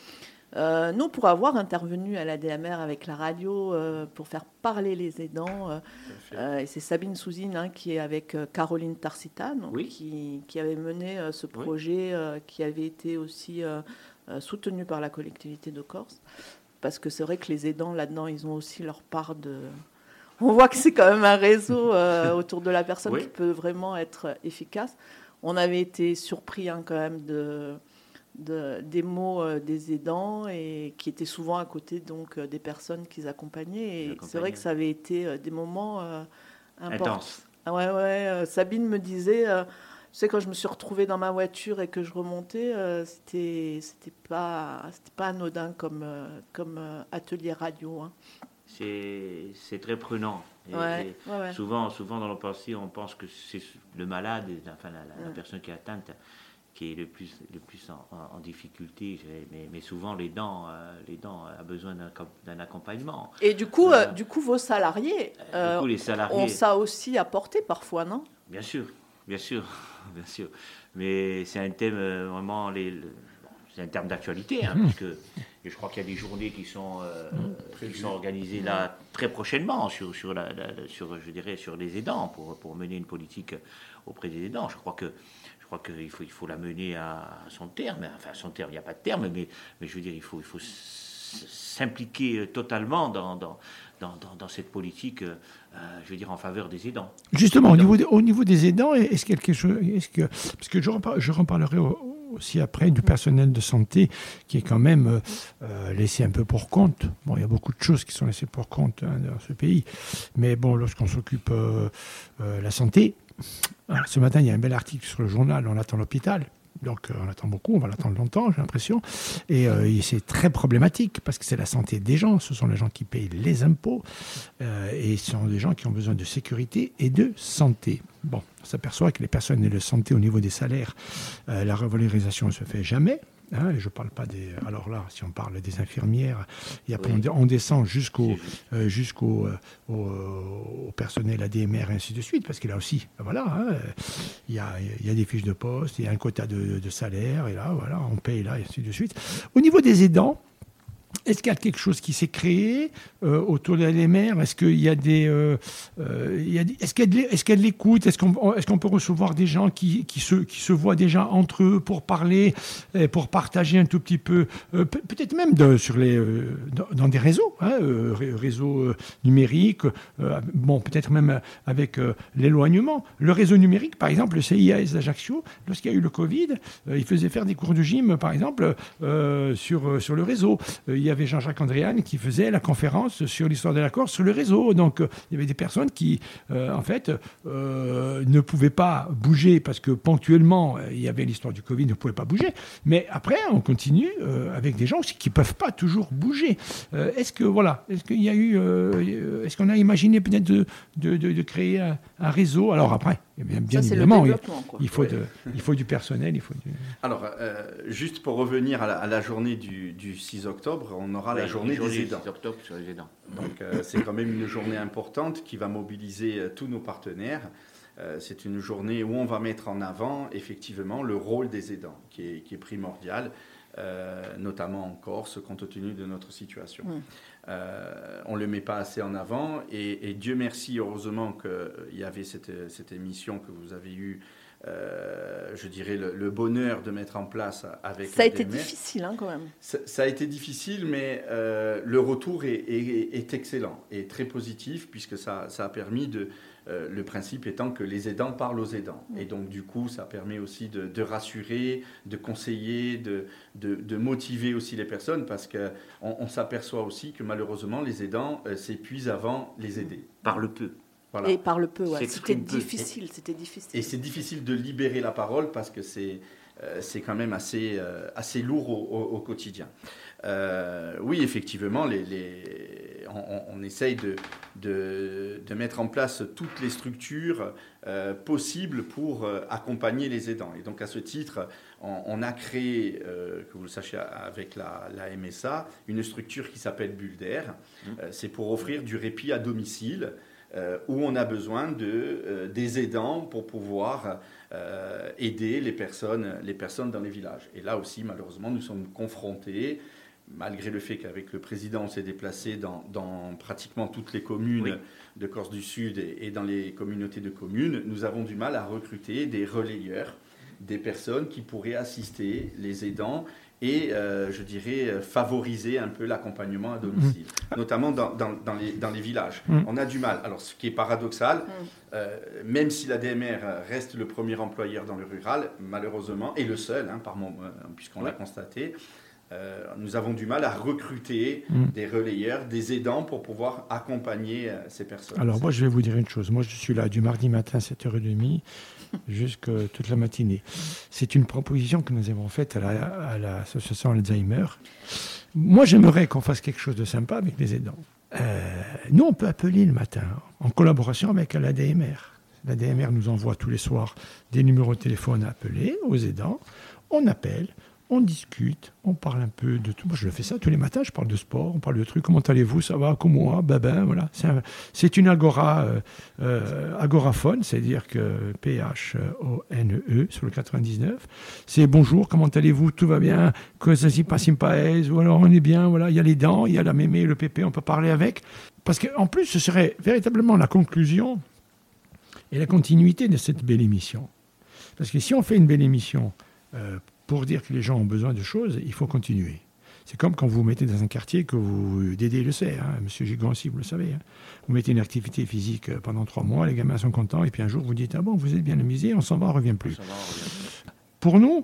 Euh, nous, pour avoir intervenu à l'A D M R avec la radio euh, pour faire parler les aidants, euh, euh, et c'est Sabine Souzine hein, qui est avec euh, Caroline Tarsita, donc, oui. qui, qui avait mené euh, ce projet oui. euh, qui avait été aussi euh, euh, soutenu par la collectivité de Corse. Parce que c'est vrai que les aidants, là-dedans, ils ont aussi leur part de... On voit que c'est quand même un réseau euh, autour de la personne oui. qui peut vraiment être efficace. On avait été surpris hein, quand même de... De, des mots euh, des aidants et qui étaient souvent à côté donc euh, des personnes qu'ils accompagnaient et c'est vrai que ça avait été euh, des moments euh, importants. Ah ouais, ouais, euh, Sabine me disait euh, tu sais quand je me suis retrouvée dans ma voiture et que je remontais euh, c'était c'était pas c'était pas anodin comme euh, comme euh, atelier radio hein. c'est c'est très prenant et, ouais, et ouais, ouais. souvent souvent dans nos pensées on pense que c'est le malade enfin la, la, la personne qui est atteinte qui est le plus, le plus en, en, en difficulté, mais, mais souvent les dents, euh, les dents a besoin d'un, d'un accompagnement. Et du coup, euh, du coup vos salariés, euh, du coup, les salariés ont ça aussi apporté parfois, non ? Bien sûr, bien sûr, bien sûr. Mais c'est un thème euh, vraiment, les, le, bon, c'est un terme d'actualité, hein, parce que et je crois qu'il y a des journées qui sont, euh, mmh. qui sont organisées là très prochainement sur, sur, la, la, sur, je dirais, sur les aidants pour, pour mener une politique auprès des aidants. Je crois que Je crois qu'il faut, il faut la mener à son terme. Enfin, à son terme, il n'y a pas de terme, mais, mais je veux dire, il faut, il faut s'impliquer totalement dans, dans, dans, dans, dans cette politique, euh, je veux dire, en faveur des aidants. Justement, au niveau, de, au niveau des aidants, est-ce qu'il y a quelque chose... Est-ce que, parce que je, reparle, je reparlerai aussi après du personnel de santé qui est quand même euh, laissé un peu pour compte. Bon, il y a beaucoup de choses qui sont laissées pour compte hein, dans ce pays. Mais bon, lorsqu'on s'occupe de euh, euh, la santé... Alors, ce matin, il y a un bel article sur le journal, on attend l'hôpital. Donc, euh, on attend beaucoup, on va l'attendre longtemps, j'ai l'impression. Et, euh, et c'est très problématique parce que c'est la santé des gens. Ce sont les gens qui payent les impôts euh, et ce sont des gens qui ont besoin de sécurité et de santé. Bon, on s'aperçoit que les personnes de santé au niveau des salaires, euh, la revalorisation ne se fait jamais. Hein, et je parle pas des... Alors là, si on parle des infirmières, et après oui. on descend jusqu'au, euh, jusqu'au euh, au, au personnel A D M R et ainsi de suite, parce que là aussi, voilà, hein, il y a, il y a des fiches de poste, il y a un quota de, de salaire, et là, voilà, on paye là, et ainsi de suite. Au niveau des aidants, est-ce qu'il y a quelque chose qui s'est créé euh, autour de l'A D M R ? Est-ce qu'il y a des, euh, euh, il y a des est-ce qu'il y a de, est-ce qu'il y a de l'écoute ? Est-ce qu'on, est-ce qu'on peut recevoir des gens qui, qui, se, qui se voient déjà entre eux pour parler, pour partager un tout petit peu, euh, peut-être même de, sur les, euh, dans, dans des réseaux, hein, euh, réseaux euh, numériques, euh, bon, peut-être même avec euh, l'éloignement. Le réseau numérique, par exemple, le C I A S d'Ajaccio, lorsqu'il y a eu le Covid, euh, il faisait faire des cours de gym, par exemple, euh, sur, sur le réseau. Euh, il y avait Jean-Jacques Andréane qui faisait la conférence sur l'histoire de la Corse sur le réseau. Donc, euh, il y avait des personnes qui, euh, en fait, euh, ne pouvaient pas bouger parce que ponctuellement, il y avait l'histoire du Covid, ne pouvaient pas bouger. Mais après, on continue euh, avec des gens aussi qui ne peuvent pas toujours bouger. Euh, est-ce que, voilà, est-ce qu'il y a eu, euh, est-ce qu'on a imaginé peut-être de, de, de, de créer un, un réseau ? Alors après, bien, bien Ça, évidemment, il, il, faut ouais. de, il faut du personnel. Il faut du... Alors, euh, juste pour revenir à la, à la journée du, du six octobre, on aura oui, la journée, journée des aidants. six octobre sur les aidants. Donc, euh, c'est quand même une journée importante qui va mobiliser euh, tous nos partenaires. Euh, c'est une journée où on va mettre en avant, effectivement, le rôle des aidants, qui est, qui est primordial, euh, notamment en Corse, compte tenu de notre situation. Mmh. Euh, on ne le met pas assez en avant, et, et Dieu merci, heureusement qu'il y avait cette, cette émission que vous avez eue, Euh, je dirais, le, le bonheur de mettre en place avec ça a l'A D M R. été difficile, hein, quand même. Ça, ça a été difficile, mais euh, le retour est, est, est excellent et très positif, puisque ça, ça a permis de... Euh, le principe étant que les aidants parlent aux aidants. Mmh. Et donc, du coup, ça permet aussi de, de rassurer, de conseiller, de, de, de motiver aussi les personnes, parce qu'on on s'aperçoit aussi que malheureusement, les aidants euh, s'épuisent avant les aider. Par le peu. Voilà. Et par le peu, ouais. C'était difficile, c'était difficile. Et c'est difficile de libérer la parole parce que c'est, euh, c'est quand même assez, euh, assez lourd au, au, au quotidien. Euh, oui, effectivement, les, les, on, on essaye de, de, de mettre en place toutes les structures euh, possibles pour euh, accompagner les aidants. Et donc, à ce titre, on, on a créé, euh, que vous le sachiez avec la, la M S A, une structure qui s'appelle Bulle d'air. Mmh. Euh, c'est pour offrir du répit à domicile. Euh, où on a besoin de, euh, des aidants pour pouvoir euh, aider les personnes, les personnes dans les villages. Et là aussi, malheureusement, nous sommes confrontés malgré le fait qu'avec le président, on s'est déplacé dans, dans pratiquement toutes les communes oui. de Corse du Sud et, et dans les communautés de communes, nous avons du mal à recruter des relayeurs, des personnes qui pourraient assister les aidants et, euh, je dirais, favoriser un peu l'accompagnement à domicile, mmh. notamment dans, dans, dans, les, dans les villages. Mmh. On a du mal. Alors, ce qui est paradoxal, mmh. euh, même si la D M R reste le premier employeur dans le rural, malheureusement, et le seul, hein, par mon, euh, puisqu'on ouais. l'a constaté, euh, nous avons du mal à recruter mmh. des relayeurs, des aidants pour pouvoir accompagner euh, ces personnes. Alors, moi, je vais vous dire une chose. Moi, je suis là du mardi matin à sept heures trente jusqu'à toute la matinée. C'est une proposition que nous avons faite à, la, à l'association Alzheimer. Moi, j'aimerais qu'on fasse quelque chose de sympa avec les aidants. Euh, nous, on peut appeler le matin, en collaboration avec la D M R. La D M R nous envoie tous les soirs des numéros de téléphone à appeler aux aidants. On appelle, on discute, on parle un peu de tout. Moi, je fais ça tous les matins, je parle de sport, on parle de trucs. Comment allez-vous? Ça va? Comment? Ben, ben, voilà. C'est, un, c'est une agora, euh, euh, agoraphone, c'est-à-dire que P H O N E sur le quatre-vingt-dix-neuf. C'est bonjour, comment allez-vous? Tout va bien? Que ça s'y passe pas? Ou alors on est bien, voilà. Il y a les dents, il y a la mémé, le pépé, on peut parler avec. Parce qu'en plus, ce serait véritablement la conclusion et la continuité de cette belle émission. Parce que si on fait une belle émission, euh, pour dire que les gens ont besoin de choses, il faut continuer. C'est comme quand vous vous mettez dans un quartier que vous... Dédé le sait, hein, Monsieur Gigon aussi, vous le savez. Hein. Vous mettez une activité physique pendant trois mois, les gamins sont contents, et puis un jour vous dites « Ah bon, vous êtes bien amusés, on s'en va, on ne revient plus. » va, on revient. Pour nous,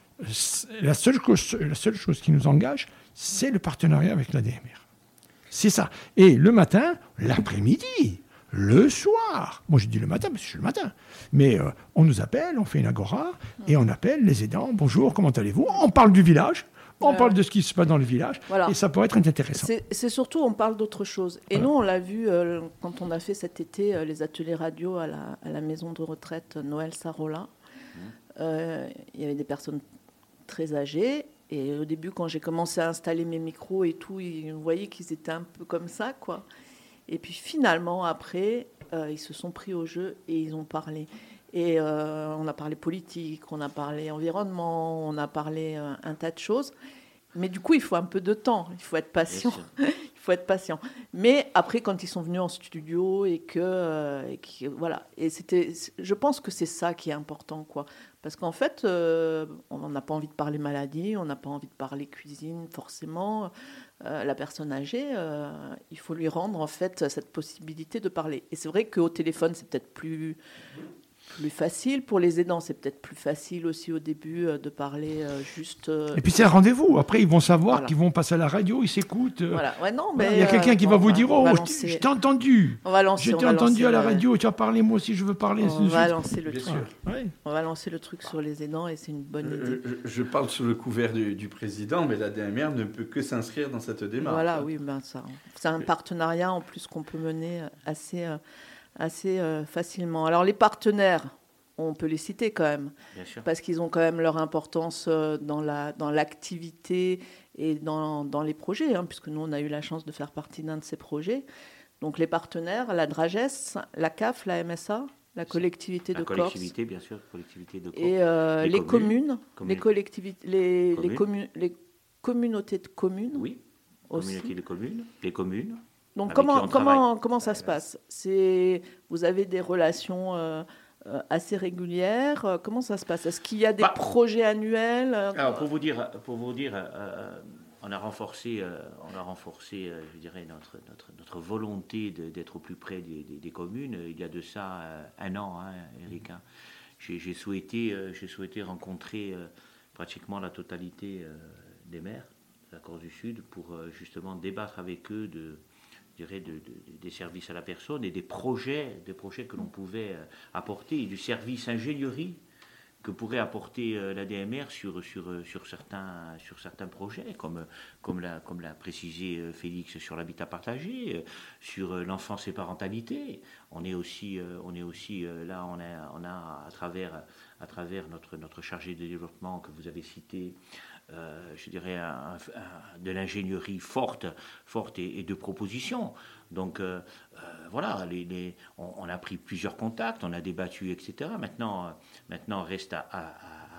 la seule, chose, la seule chose qui nous engage, c'est le partenariat avec la D M R. C'est ça. Et le matin, l'après-midi, le soir. Moi, je dis le matin, parce que je suis le matin. Mais euh, on nous appelle, on fait une agora, et on appelle les aidants. Bonjour, comment allez-vous? On parle du village, on euh, parle de ce qui se passe dans le village, voilà. Et ça pourrait être intéressant. C'est, c'est surtout, on parle d'autre chose. Et voilà. Nous, on l'a vu euh, quand on a fait cet été euh, les ateliers radio à la, à la maison de retraite Noël Sarola. Mmh. Euh, il y avait des personnes très âgées. Et au début, quand j'ai commencé à installer mes micros et tout, vous voyez qu'ils étaient un peu comme ça, quoi. Et puis finalement, après, euh, ils se sont pris au jeu et ils ont parlé. Et euh, on a parlé politique, on a parlé environnement, on a parlé euh, un tas de choses. Mais du coup, il faut un peu de temps, il faut être patient. il faut être patient. Mais après, quand ils sont venus en studio et que, euh, et que voilà, et c'était, je pense que c'est ça qui est important, quoi. Parce qu'en fait, euh, on n'a pas envie de parler maladie, on n'a pas envie de parler cuisine, forcément. Euh, la personne âgée, euh, il faut lui rendre en fait cette possibilité de parler. Et c'est vrai qu'au téléphone, c'est peut-être plus, plus facile. Pour les aidants, c'est peut-être plus facile aussi au début euh, de parler euh, juste... Euh... Et puis c'est un rendez-vous. Après, ils vont savoir voilà. qu'ils vont passer à la radio, ils s'écoutent. Euh... Voilà. Ouais, non, mais, il y a quelqu'un qui euh, va vous va, dire « Oh, lancer... je t'ai entendu. On va lancer, je t'ai entendu à la radio, tu as parlé, moi aussi je veux parler. » On va lancer le truc. Ouais. On va lancer le truc sur les aidants et c'est une bonne idée. Je, je parle sous le couvert du, du président, mais la D M R ne peut que s'inscrire dans cette démarche. Voilà, oui, ben ça. C'est un partenariat en plus qu'on peut mener assez, assez euh, facilement. Alors les partenaires, on peut les citer quand même, bien sûr. Parce qu'ils ont quand même leur importance dans, la, dans l'activité et dans, dans les projets, hein, puisque nous, on a eu la chance de faire partie d'un de ces projets. Donc les partenaires, la DRAGES, la C A F, la M S A, la collectivité la de collectivité, Corse. bien sûr, collectivité de Corse. Et euh, les, les communes, communes les collectivités, les, communes. Les, communes, les communautés de communes. Oui, aussi. Communautés de communes, les communes. Donc comment, comment, comment ça se passe? C'est, vous avez des relations euh, assez régulières. Comment ça se passe? Est-ce qu'il y a des bah, projets annuels? Alors pour vous dire, pour vous dire euh, on a renforcé, euh, on a renforcé euh, je dirais, notre, notre, notre volonté de, d'être au plus près des, des, des communes. Il y a de ça euh, un an, hein, Eric. Hein. J'ai, j'ai, souhaité, euh, j'ai souhaité rencontrer euh, pratiquement la totalité euh, des maires de la Corse du Sud pour euh, justement débattre avec eux de, je dirais, de, de, des services à la personne et des projets, des projets que l'on pouvait euh, apporter et du service ingénierie que pourrait apporter euh, la D M R sur, sur, sur, certains, sur certains projets, comme, comme, l'a, comme l'a précisé euh, Félix sur l'habitat partagé, euh, sur euh, l'enfance et parentalité. On est aussi, euh, on est aussi euh, là, on a, on a à travers, à travers notre, notre chargé de développement que vous avez cité, euh, je dirais, un, un, de l'ingénierie forte, forte et, et de propositions. Donc euh, euh, voilà, les, les, on, on a pris plusieurs contacts, on a débattu, et cetera. Maintenant, euh, maintenant reste à, à, à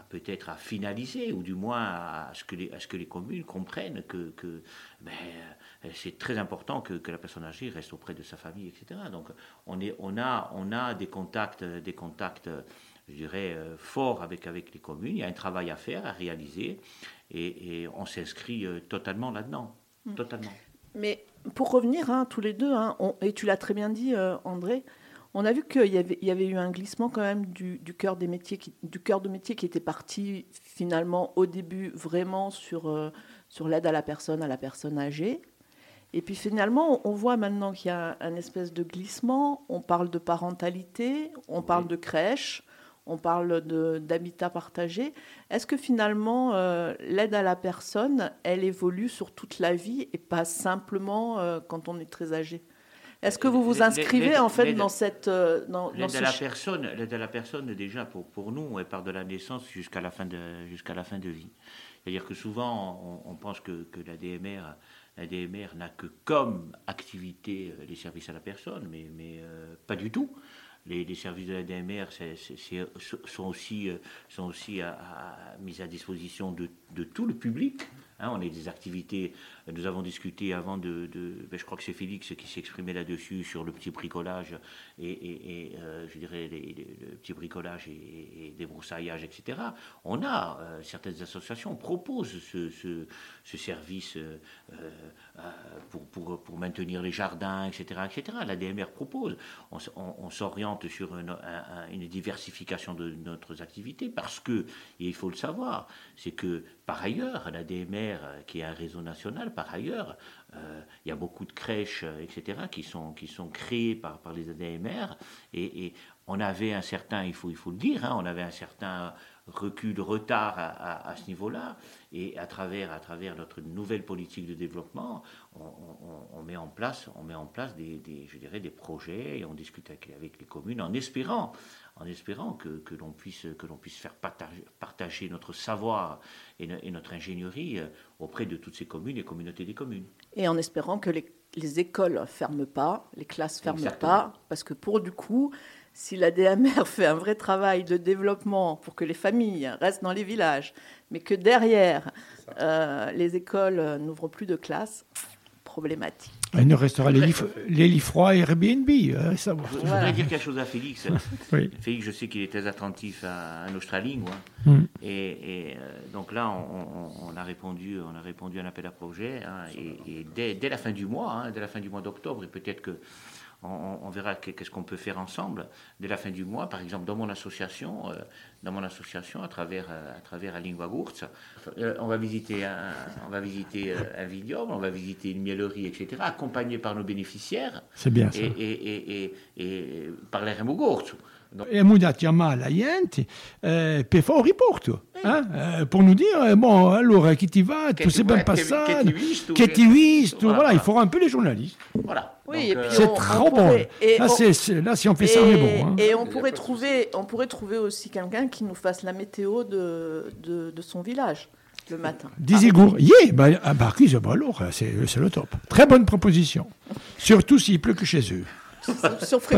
peut-être à finaliser, ou du moins à ce que les, à ce que les communes comprennent que, que ben, c'est très important que, que la personne âgée reste auprès de sa famille, et cetera. Donc on, est, on, a, on a des contacts, des contacts je dirais, euh, forts avec, avec les communes. Il y a un travail à faire, à réaliser, et, et on s'inscrit euh, totalement là-dedans. Mmh. Totalement. Mais pour revenir, hein, tous les deux, hein, on, et tu l'as très bien dit, euh, André, on a vu qu'il y avait, il y avait eu un glissement quand même du, du cœur des métiers, qui, du cœur de métier qui était parti finalement au début vraiment sur, euh, sur l'aide à la personne, à la personne âgée. Et puis finalement, on voit maintenant qu'il y a un espèce de glissement. On parle de parentalité, on parle oui. de crèche, on parle de, d'habitat partagé. Est-ce que finalement, euh, l'aide à la personne, elle évolue sur toute la vie et pas simplement euh, quand on est très âgé ? Est-ce que vous vous inscrivez l'aide, en fait l'aide, dans cette euh, dans, l'aide dans à la ch... personne, l'aide à la personne déjà pour pour nous, elle part de la naissance jusqu'à la fin de jusqu'à la fin de vie. C'est-à-dire que souvent on, on pense que, que la D M R la D M R n'a que comme activité les services à la personne, mais mais euh, pas du tout. Les, les services de la D M R c'est, c'est, c'est, sont aussi, sont aussi à, à, mis à disposition de, de tout le public. Hein, on a des activités, nous avons discuté avant de, de ben je crois que c'est Félix qui s'est exprimé là-dessus sur le petit bricolage et, et, et euh, je dirais les, les, le petit bricolage et, et des broussailllages, et cetera. On a euh, certaines associations proposent ce, ce, ce service euh, euh, pour, pour, pour maintenir les jardins, et cetera, et cetera. La D M R propose. On, on, on s'oriente sur une, un, une diversification de notre activité parce que, et il faut le savoir, c'est que par ailleurs, la D M R, qui est un réseau national, par ailleurs, euh, il y a beaucoup de crèches, et cetera, qui sont, qui sont créées par, par les D M R. Et, et on avait un certain, il faut, il faut le dire, hein, on avait un certain recul, retard à, à, à ce niveau-là. Et à travers, à travers notre nouvelle politique de développement, on, on, on met en place, on met en place des, des, je dirais, des projets et on discute avec, avec les communes en espérant, en espérant que, que, l'on puisse, que l'on puisse faire partager, partager notre savoir et, et notre ingénierie auprès de toutes ces communes et communautés des communes. Et en espérant que les, les écoles ne ferment pas, les classes ne ferment Exactement. Pas, parce que pour du coup, si la D M R fait un vrai travail de développement pour que les familles restent dans les villages, mais que derrière, euh, les écoles n'ouvrent plus de classes, problématique. Il ne restera les lits, les lits froids et Airbnb. Hein, ça je voudrais voilà. dire quelque chose à Félix. Oui. Félix, je sais qu'il est très attentif à, à Nostraling. Hein. Mm. Et, et euh, donc là, on, on, on, a répondu, on a répondu à un appel à projet. Hein, et et dès, dès la fin du mois, hein, dès la fin du mois d'octobre, et peut-être que On, on verra qu'est-ce qu'on peut faire ensemble dès la fin du mois. Par exemple, dans mon association, euh, dans mon association, à travers à travers la Lingua Gurz, euh, on va visiter un, on va visiter un vignoble, on va visiter une miellerie, et cetera, accompagné par nos bénéficiaires. C'est bien ça. Et, et, et, et, et par la Remugurz. E mudiamo alla gente eh, per fare un riporto eh? Eh, pour nous dire bon alors qui tu vas, tout s'est bien passé, che ti visto, voilà, il faut un peu les journalistes. Voilà. Oui, Donc, et puis c'est on, trop on pourrait, bon. Là, on, c'est, c'est, là, si on fait et, ça, on est bon. Hein. Et on pourrait trouver, on pourrait trouver aussi quelqu'un qui nous fasse la météo de de, de son village le matin. Disigour, yeah, bah, à Barquise, bah alors, c'est, c'est le top. Très bonne proposition. Surtout s'il pleut que chez eux. Sur, Fré...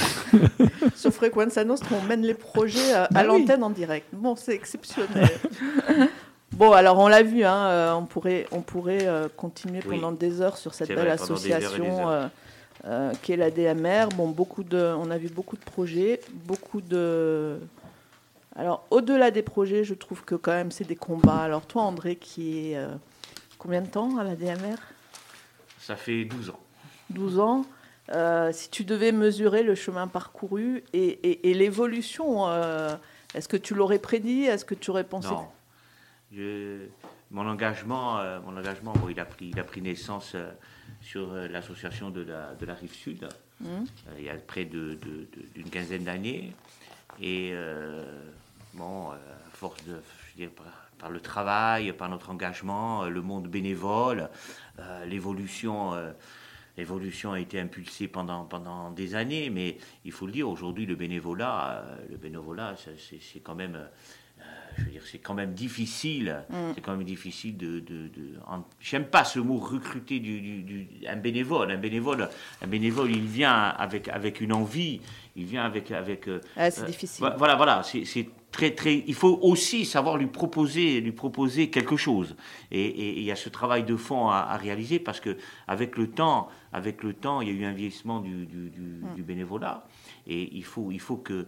Sur Frequenza Nostra, on mène les projets à, bah à l'antenne oui. en direct. Bon, c'est exceptionnel. Bon, alors on l'a vu, hein, euh, on pourrait, on pourrait euh, continuer oui. pendant des heures sur cette c'est belle vrai, association des heures des heures. Euh, euh, qui est la D M R. Bon, beaucoup de, on a vu beaucoup de projets, beaucoup de. Alors, au-delà des projets, je trouve que quand même c'est des combats. Alors toi, André, qui est euh, combien de temps à la D M R ? Ça fait douze ans. douze ans. Euh, si tu devais mesurer le chemin parcouru et, et, et l'évolution, euh, est-ce que tu l'aurais prédit ? Est-ce que tu aurais pensé ? Non. Je, mon engagement, euh, mon engagement bon, il, a pris, il a pris naissance euh, sur euh, l'association de la, de la Rive-Sud, mmh. euh, il y a près de, de, de, d'une quinzaine d'années. Et euh, bon, euh, à force de, je veux dire, par, par le travail, par notre engagement, euh, le monde bénévole, euh, l'évolution... Euh, L'évolution a été impulsée pendant, pendant des années, mais il faut le dire, aujourd'hui, le bénévolat, euh, le bénévolat c'est, c'est, quand même, euh, je veux dire, c'est quand même difficile. Mm. C'est quand même difficile de... de, de en, j'aime pas ce mot recruter du, du, du, un bénévole. Un bénévole, un bénévole, il vient avec, avec une envie, il vient avec... avec ah, c'est euh, difficile. Voilà, voilà, c'est... c'est très, très, il faut aussi savoir lui proposer, lui proposer quelque chose. Et il y a ce travail de fond à, à réaliser parce que avec le temps, avec le temps, il y a eu un vieillissement du, du, du, mmh. du bénévolat. Et il faut, il faut que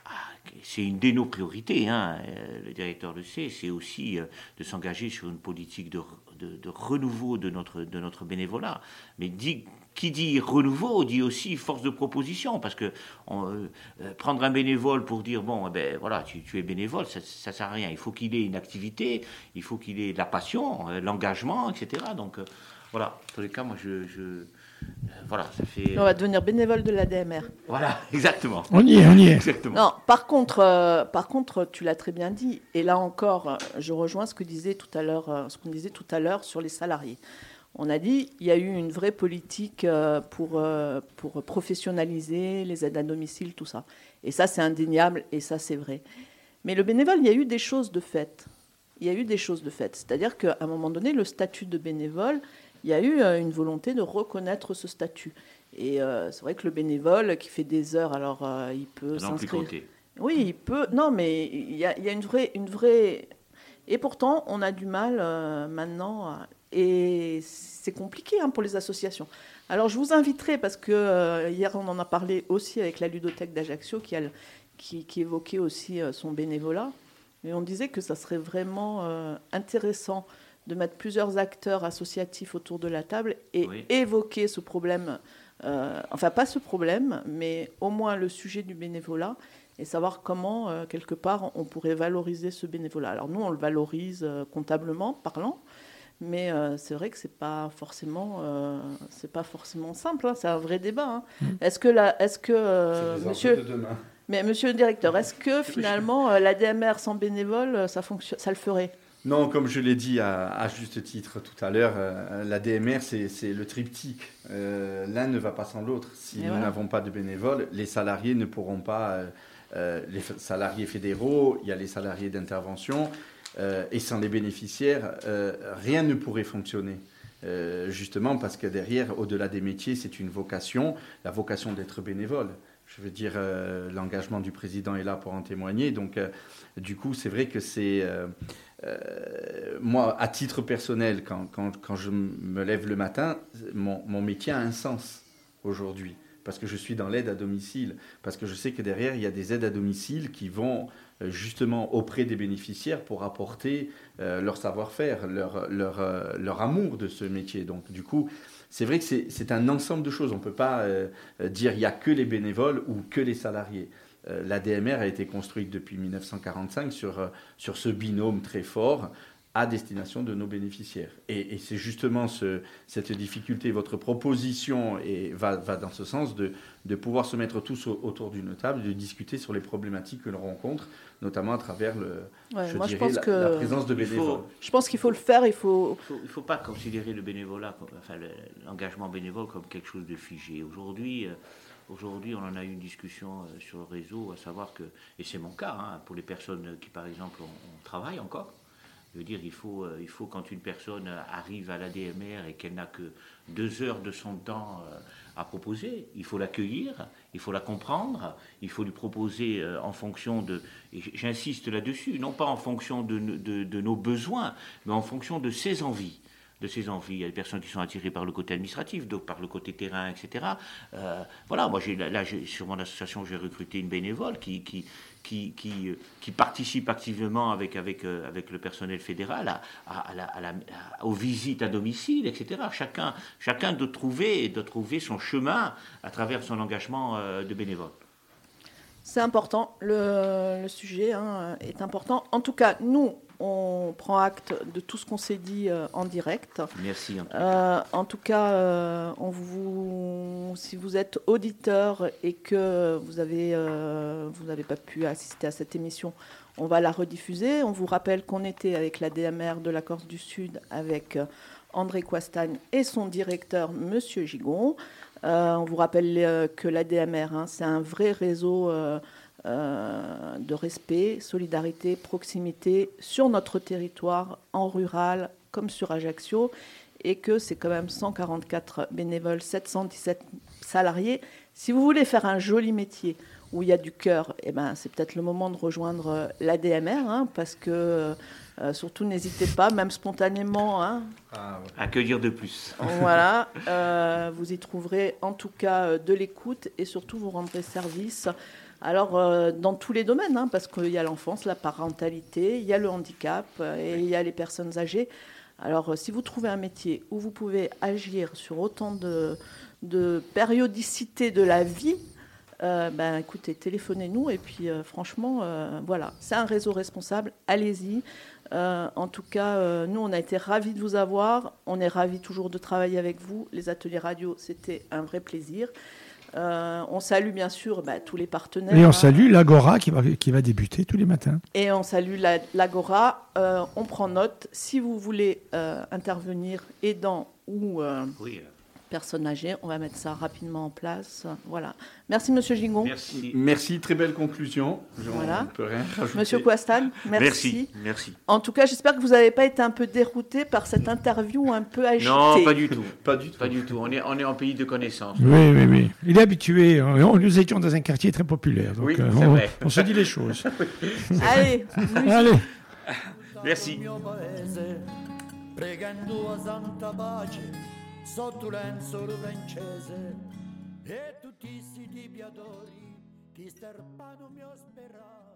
c'est une de nos priorités, hein, le directeur le sait, c'est aussi de s'engager sur une politique de, de, de renouveau de notre, de notre bénévolat. Mais dit, qui dit renouveau dit aussi force de proposition, parce que on, euh, prendre un bénévole pour dire, bon, eh ben, voilà, tu, tu es bénévole, ça ne sert à rien. Il faut qu'il ait une activité, il faut qu'il ait de la passion, euh, l'engagement, et cetera. Donc, euh, voilà, en tous les cas, moi, je... je Voilà, ça fait... On va devenir bénévole de l'A D M R. Voilà, exactement. On y est, on y est. Exactement. Non, par contre, euh, par contre, tu l'as très bien dit. Et là encore, je rejoins ce que disait tout à l'heure, euh, ce qu'on disait tout à l'heure sur les salariés. On a dit il y a eu une vraie politique euh, pour euh, pour professionnaliser les aides à domicile, tout ça. Et ça, c'est indéniable. Et ça, c'est vrai. Mais le bénévole, il y a eu des choses de fait. Il y a eu des choses de fait. C'est-à-dire qu'à un moment donné, le statut de bénévole, il y a eu une volonté de reconnaître ce statut. Et euh, c'est vrai que le bénévole qui fait des heures, alors euh, il peut s'inscrire. Oui, il peut. Non, mais il y a, il y a une vraie, une vraie. Et pourtant, on a du mal euh, maintenant. À... Et c'est compliqué hein, pour les associations. Alors, je vous inviterai parce que euh, hier on en a parlé aussi avec la ludothèque d'Ajaccio qui, a, qui, qui évoquait aussi euh, son bénévolat. Et on disait que ça serait vraiment euh, intéressant de mettre plusieurs acteurs associatifs autour de la table et oui. évoquer ce problème, euh, enfin pas ce problème, mais au moins le sujet du bénévolat et savoir comment, euh, quelque part, on pourrait valoriser ce bénévolat. Alors nous, on le valorise euh, comptablement parlant, mais euh, c'est vrai que c'est pas forcément, euh, c'est pas forcément simple. Hein, c'est un vrai débat. Hein. Mmh. Est-ce que la, est-ce que euh, monsieur, mais monsieur le directeur, est-ce que finalement euh, l'A D M R sans bénévole, ça fonctionne, ça le ferait? Non, comme je l'ai dit à, à juste titre tout à l'heure, euh, l'A D M R, c'est, c'est le triptyque. Euh, l'un ne va pas sans l'autre. Si Et nous voilà. n'avons pas de bénévoles, les salariés ne pourront pas... Euh, euh, les salariés fédéraux, il y a les salariés d'intervention, euh, et sans les bénéficiaires, euh, rien ne pourrait fonctionner. Euh, justement parce que derrière, au-delà des métiers, c'est une vocation, la vocation d'être bénévole. Je veux dire, euh, l'engagement du président est là pour en témoigner. Donc, euh, du coup, c'est vrai que c'est... Euh, euh, moi, à titre personnel, quand, quand, quand je me lève le matin, mon, mon métier a un sens aujourd'hui. Parce que je suis dans l'aide à domicile. Parce que je sais que derrière, il y a des aides à domicile qui vont euh, justement auprès des bénéficiaires pour apporter euh, leur savoir-faire, leur, leur, euh, leur amour de ce métier. Donc, du coup... C'est vrai que c'est, c'est un ensemble de choses. On ne peut pas euh, dire qu'il n'y a que les bénévoles ou que les salariés. Euh, L'A D M R a été construite depuis dix-neuf cent quarante-cinq sur, euh, sur ce binôme très fort à destination de nos bénéficiaires. Et, et c'est justement ce, cette difficulté, votre proposition et va, va dans ce sens de, de pouvoir se mettre tous au, autour d'une table, de discuter sur les problématiques que l'on rencontre, notamment à travers le, ouais, je moi, dirais, je pense la, que la présence de bénévoles. Faut, je pense qu'il faut le faire. Il faut... Il ne faut, faut pas considérer le bénévolat, enfin le, l'engagement bénévole comme quelque chose de figé. Aujourd'hui, euh, aujourd'hui, on en a eu une discussion euh, sur le réseau, à savoir que, et c'est mon cas, hein, pour les personnes qui, par exemple, on, on travaille encore. Je veux dire, il faut, euh, il faut quand une personne arrive à l'A D M R et qu'elle n'a que deux heures de son temps euh, à proposer, il faut l'accueillir, il faut la comprendre, il faut lui proposer euh, en fonction de, et j'insiste là-dessus, non pas en fonction de, de, de nos besoins, mais en fonction de ses envies. de ses envies. Il y a des personnes qui sont attirées par le côté administratif, d'autres par le côté terrain, et cetera. Euh, voilà, moi, j'ai, là, j'ai, sur mon association, j'ai recruté une bénévole qui, qui, qui, qui, qui participe activement avec, avec, euh, avec le personnel fédéral à, à, à la, à la, à, aux visites à domicile, et cetera. Chacun, chacun doit trouver, doit trouver son chemin à travers son engagement euh, de bénévole. C'est important, le, le sujet hein, est important. En tout cas, nous, on prend acte de tout ce qu'on s'est dit euh, en direct. Merci. En tout cas, euh, en tout cas euh, on vous, si vous êtes auditeur et que vous n'avez euh, vous n'avez pas pu assister à cette émission, on va la rediffuser. On vous rappelle qu'on était avec la D M R de la Corse du Sud, avec André Coistagne et son directeur, Monsieur Gigon. Euh, on vous rappelle euh, que l'A D M R, hein, c'est un vrai réseau euh, euh, de respect, solidarité, proximité sur notre territoire, en rural comme sur Ajaccio, et que c'est quand même cent quarante-quatre bénévoles, sept cent dix-sept salariés. Si vous voulez faire un joli métier, où il y a du cœur, eh ben, c'est peut-être le moment de rejoindre l'A D M R, hein, parce que euh, surtout n'hésitez pas, même spontanément. Hein, ah, ouais. À que dire de plus? Voilà, euh, vous y trouverez en tout cas de l'écoute et surtout vous rendrez service. Alors, euh, dans tous les domaines, hein, parce qu'il y a l'enfance, la parentalité, il y a le handicap et il y a les personnes âgées. Alors, euh, si vous trouvez un métier où vous pouvez agir sur autant de, de périodicité de la vie, euh, ben, écoutez, téléphonez-nous. Et puis, euh, franchement, euh, voilà, c'est un réseau responsable. Allez-y. Euh, en tout cas, euh, nous, on a été ravis de vous avoir. On est ravis toujours de travailler avec vous. Les ateliers radio, c'était un vrai plaisir. Euh, on salue bien sûr bah, tous les partenaires. Et on salue l'Agora qui va, qui va débuter tous les matins. Et on salue la, l'Agora. Euh, on prend note. Si vous voulez euh, intervenir, aidant ou euh, oui. personne âgée, on va mettre ça rapidement en place. Voilà. Merci, Monsieur Gingon. Merci. Merci, très belle conclusion. Je voilà. ne peux rien rajouter. Monsieur Coastal, merci. Merci. Merci. En tout cas, j'espère que vous n'avez pas été un peu dérouté par cette interview un peu agitée. Non, pas du tout. Pas du tout. Pas du tout. On est, on est en pays de connaissances. Oui, oui, oui. Il est habitué. Nous étions dans un quartier très populaire. Donc oui, euh, c'est on, vrai. on se dit les choses. Allez. Allez. Merci. Sotto lenzuolo francese e tutti sti tipiatori chi sterpano mi ospera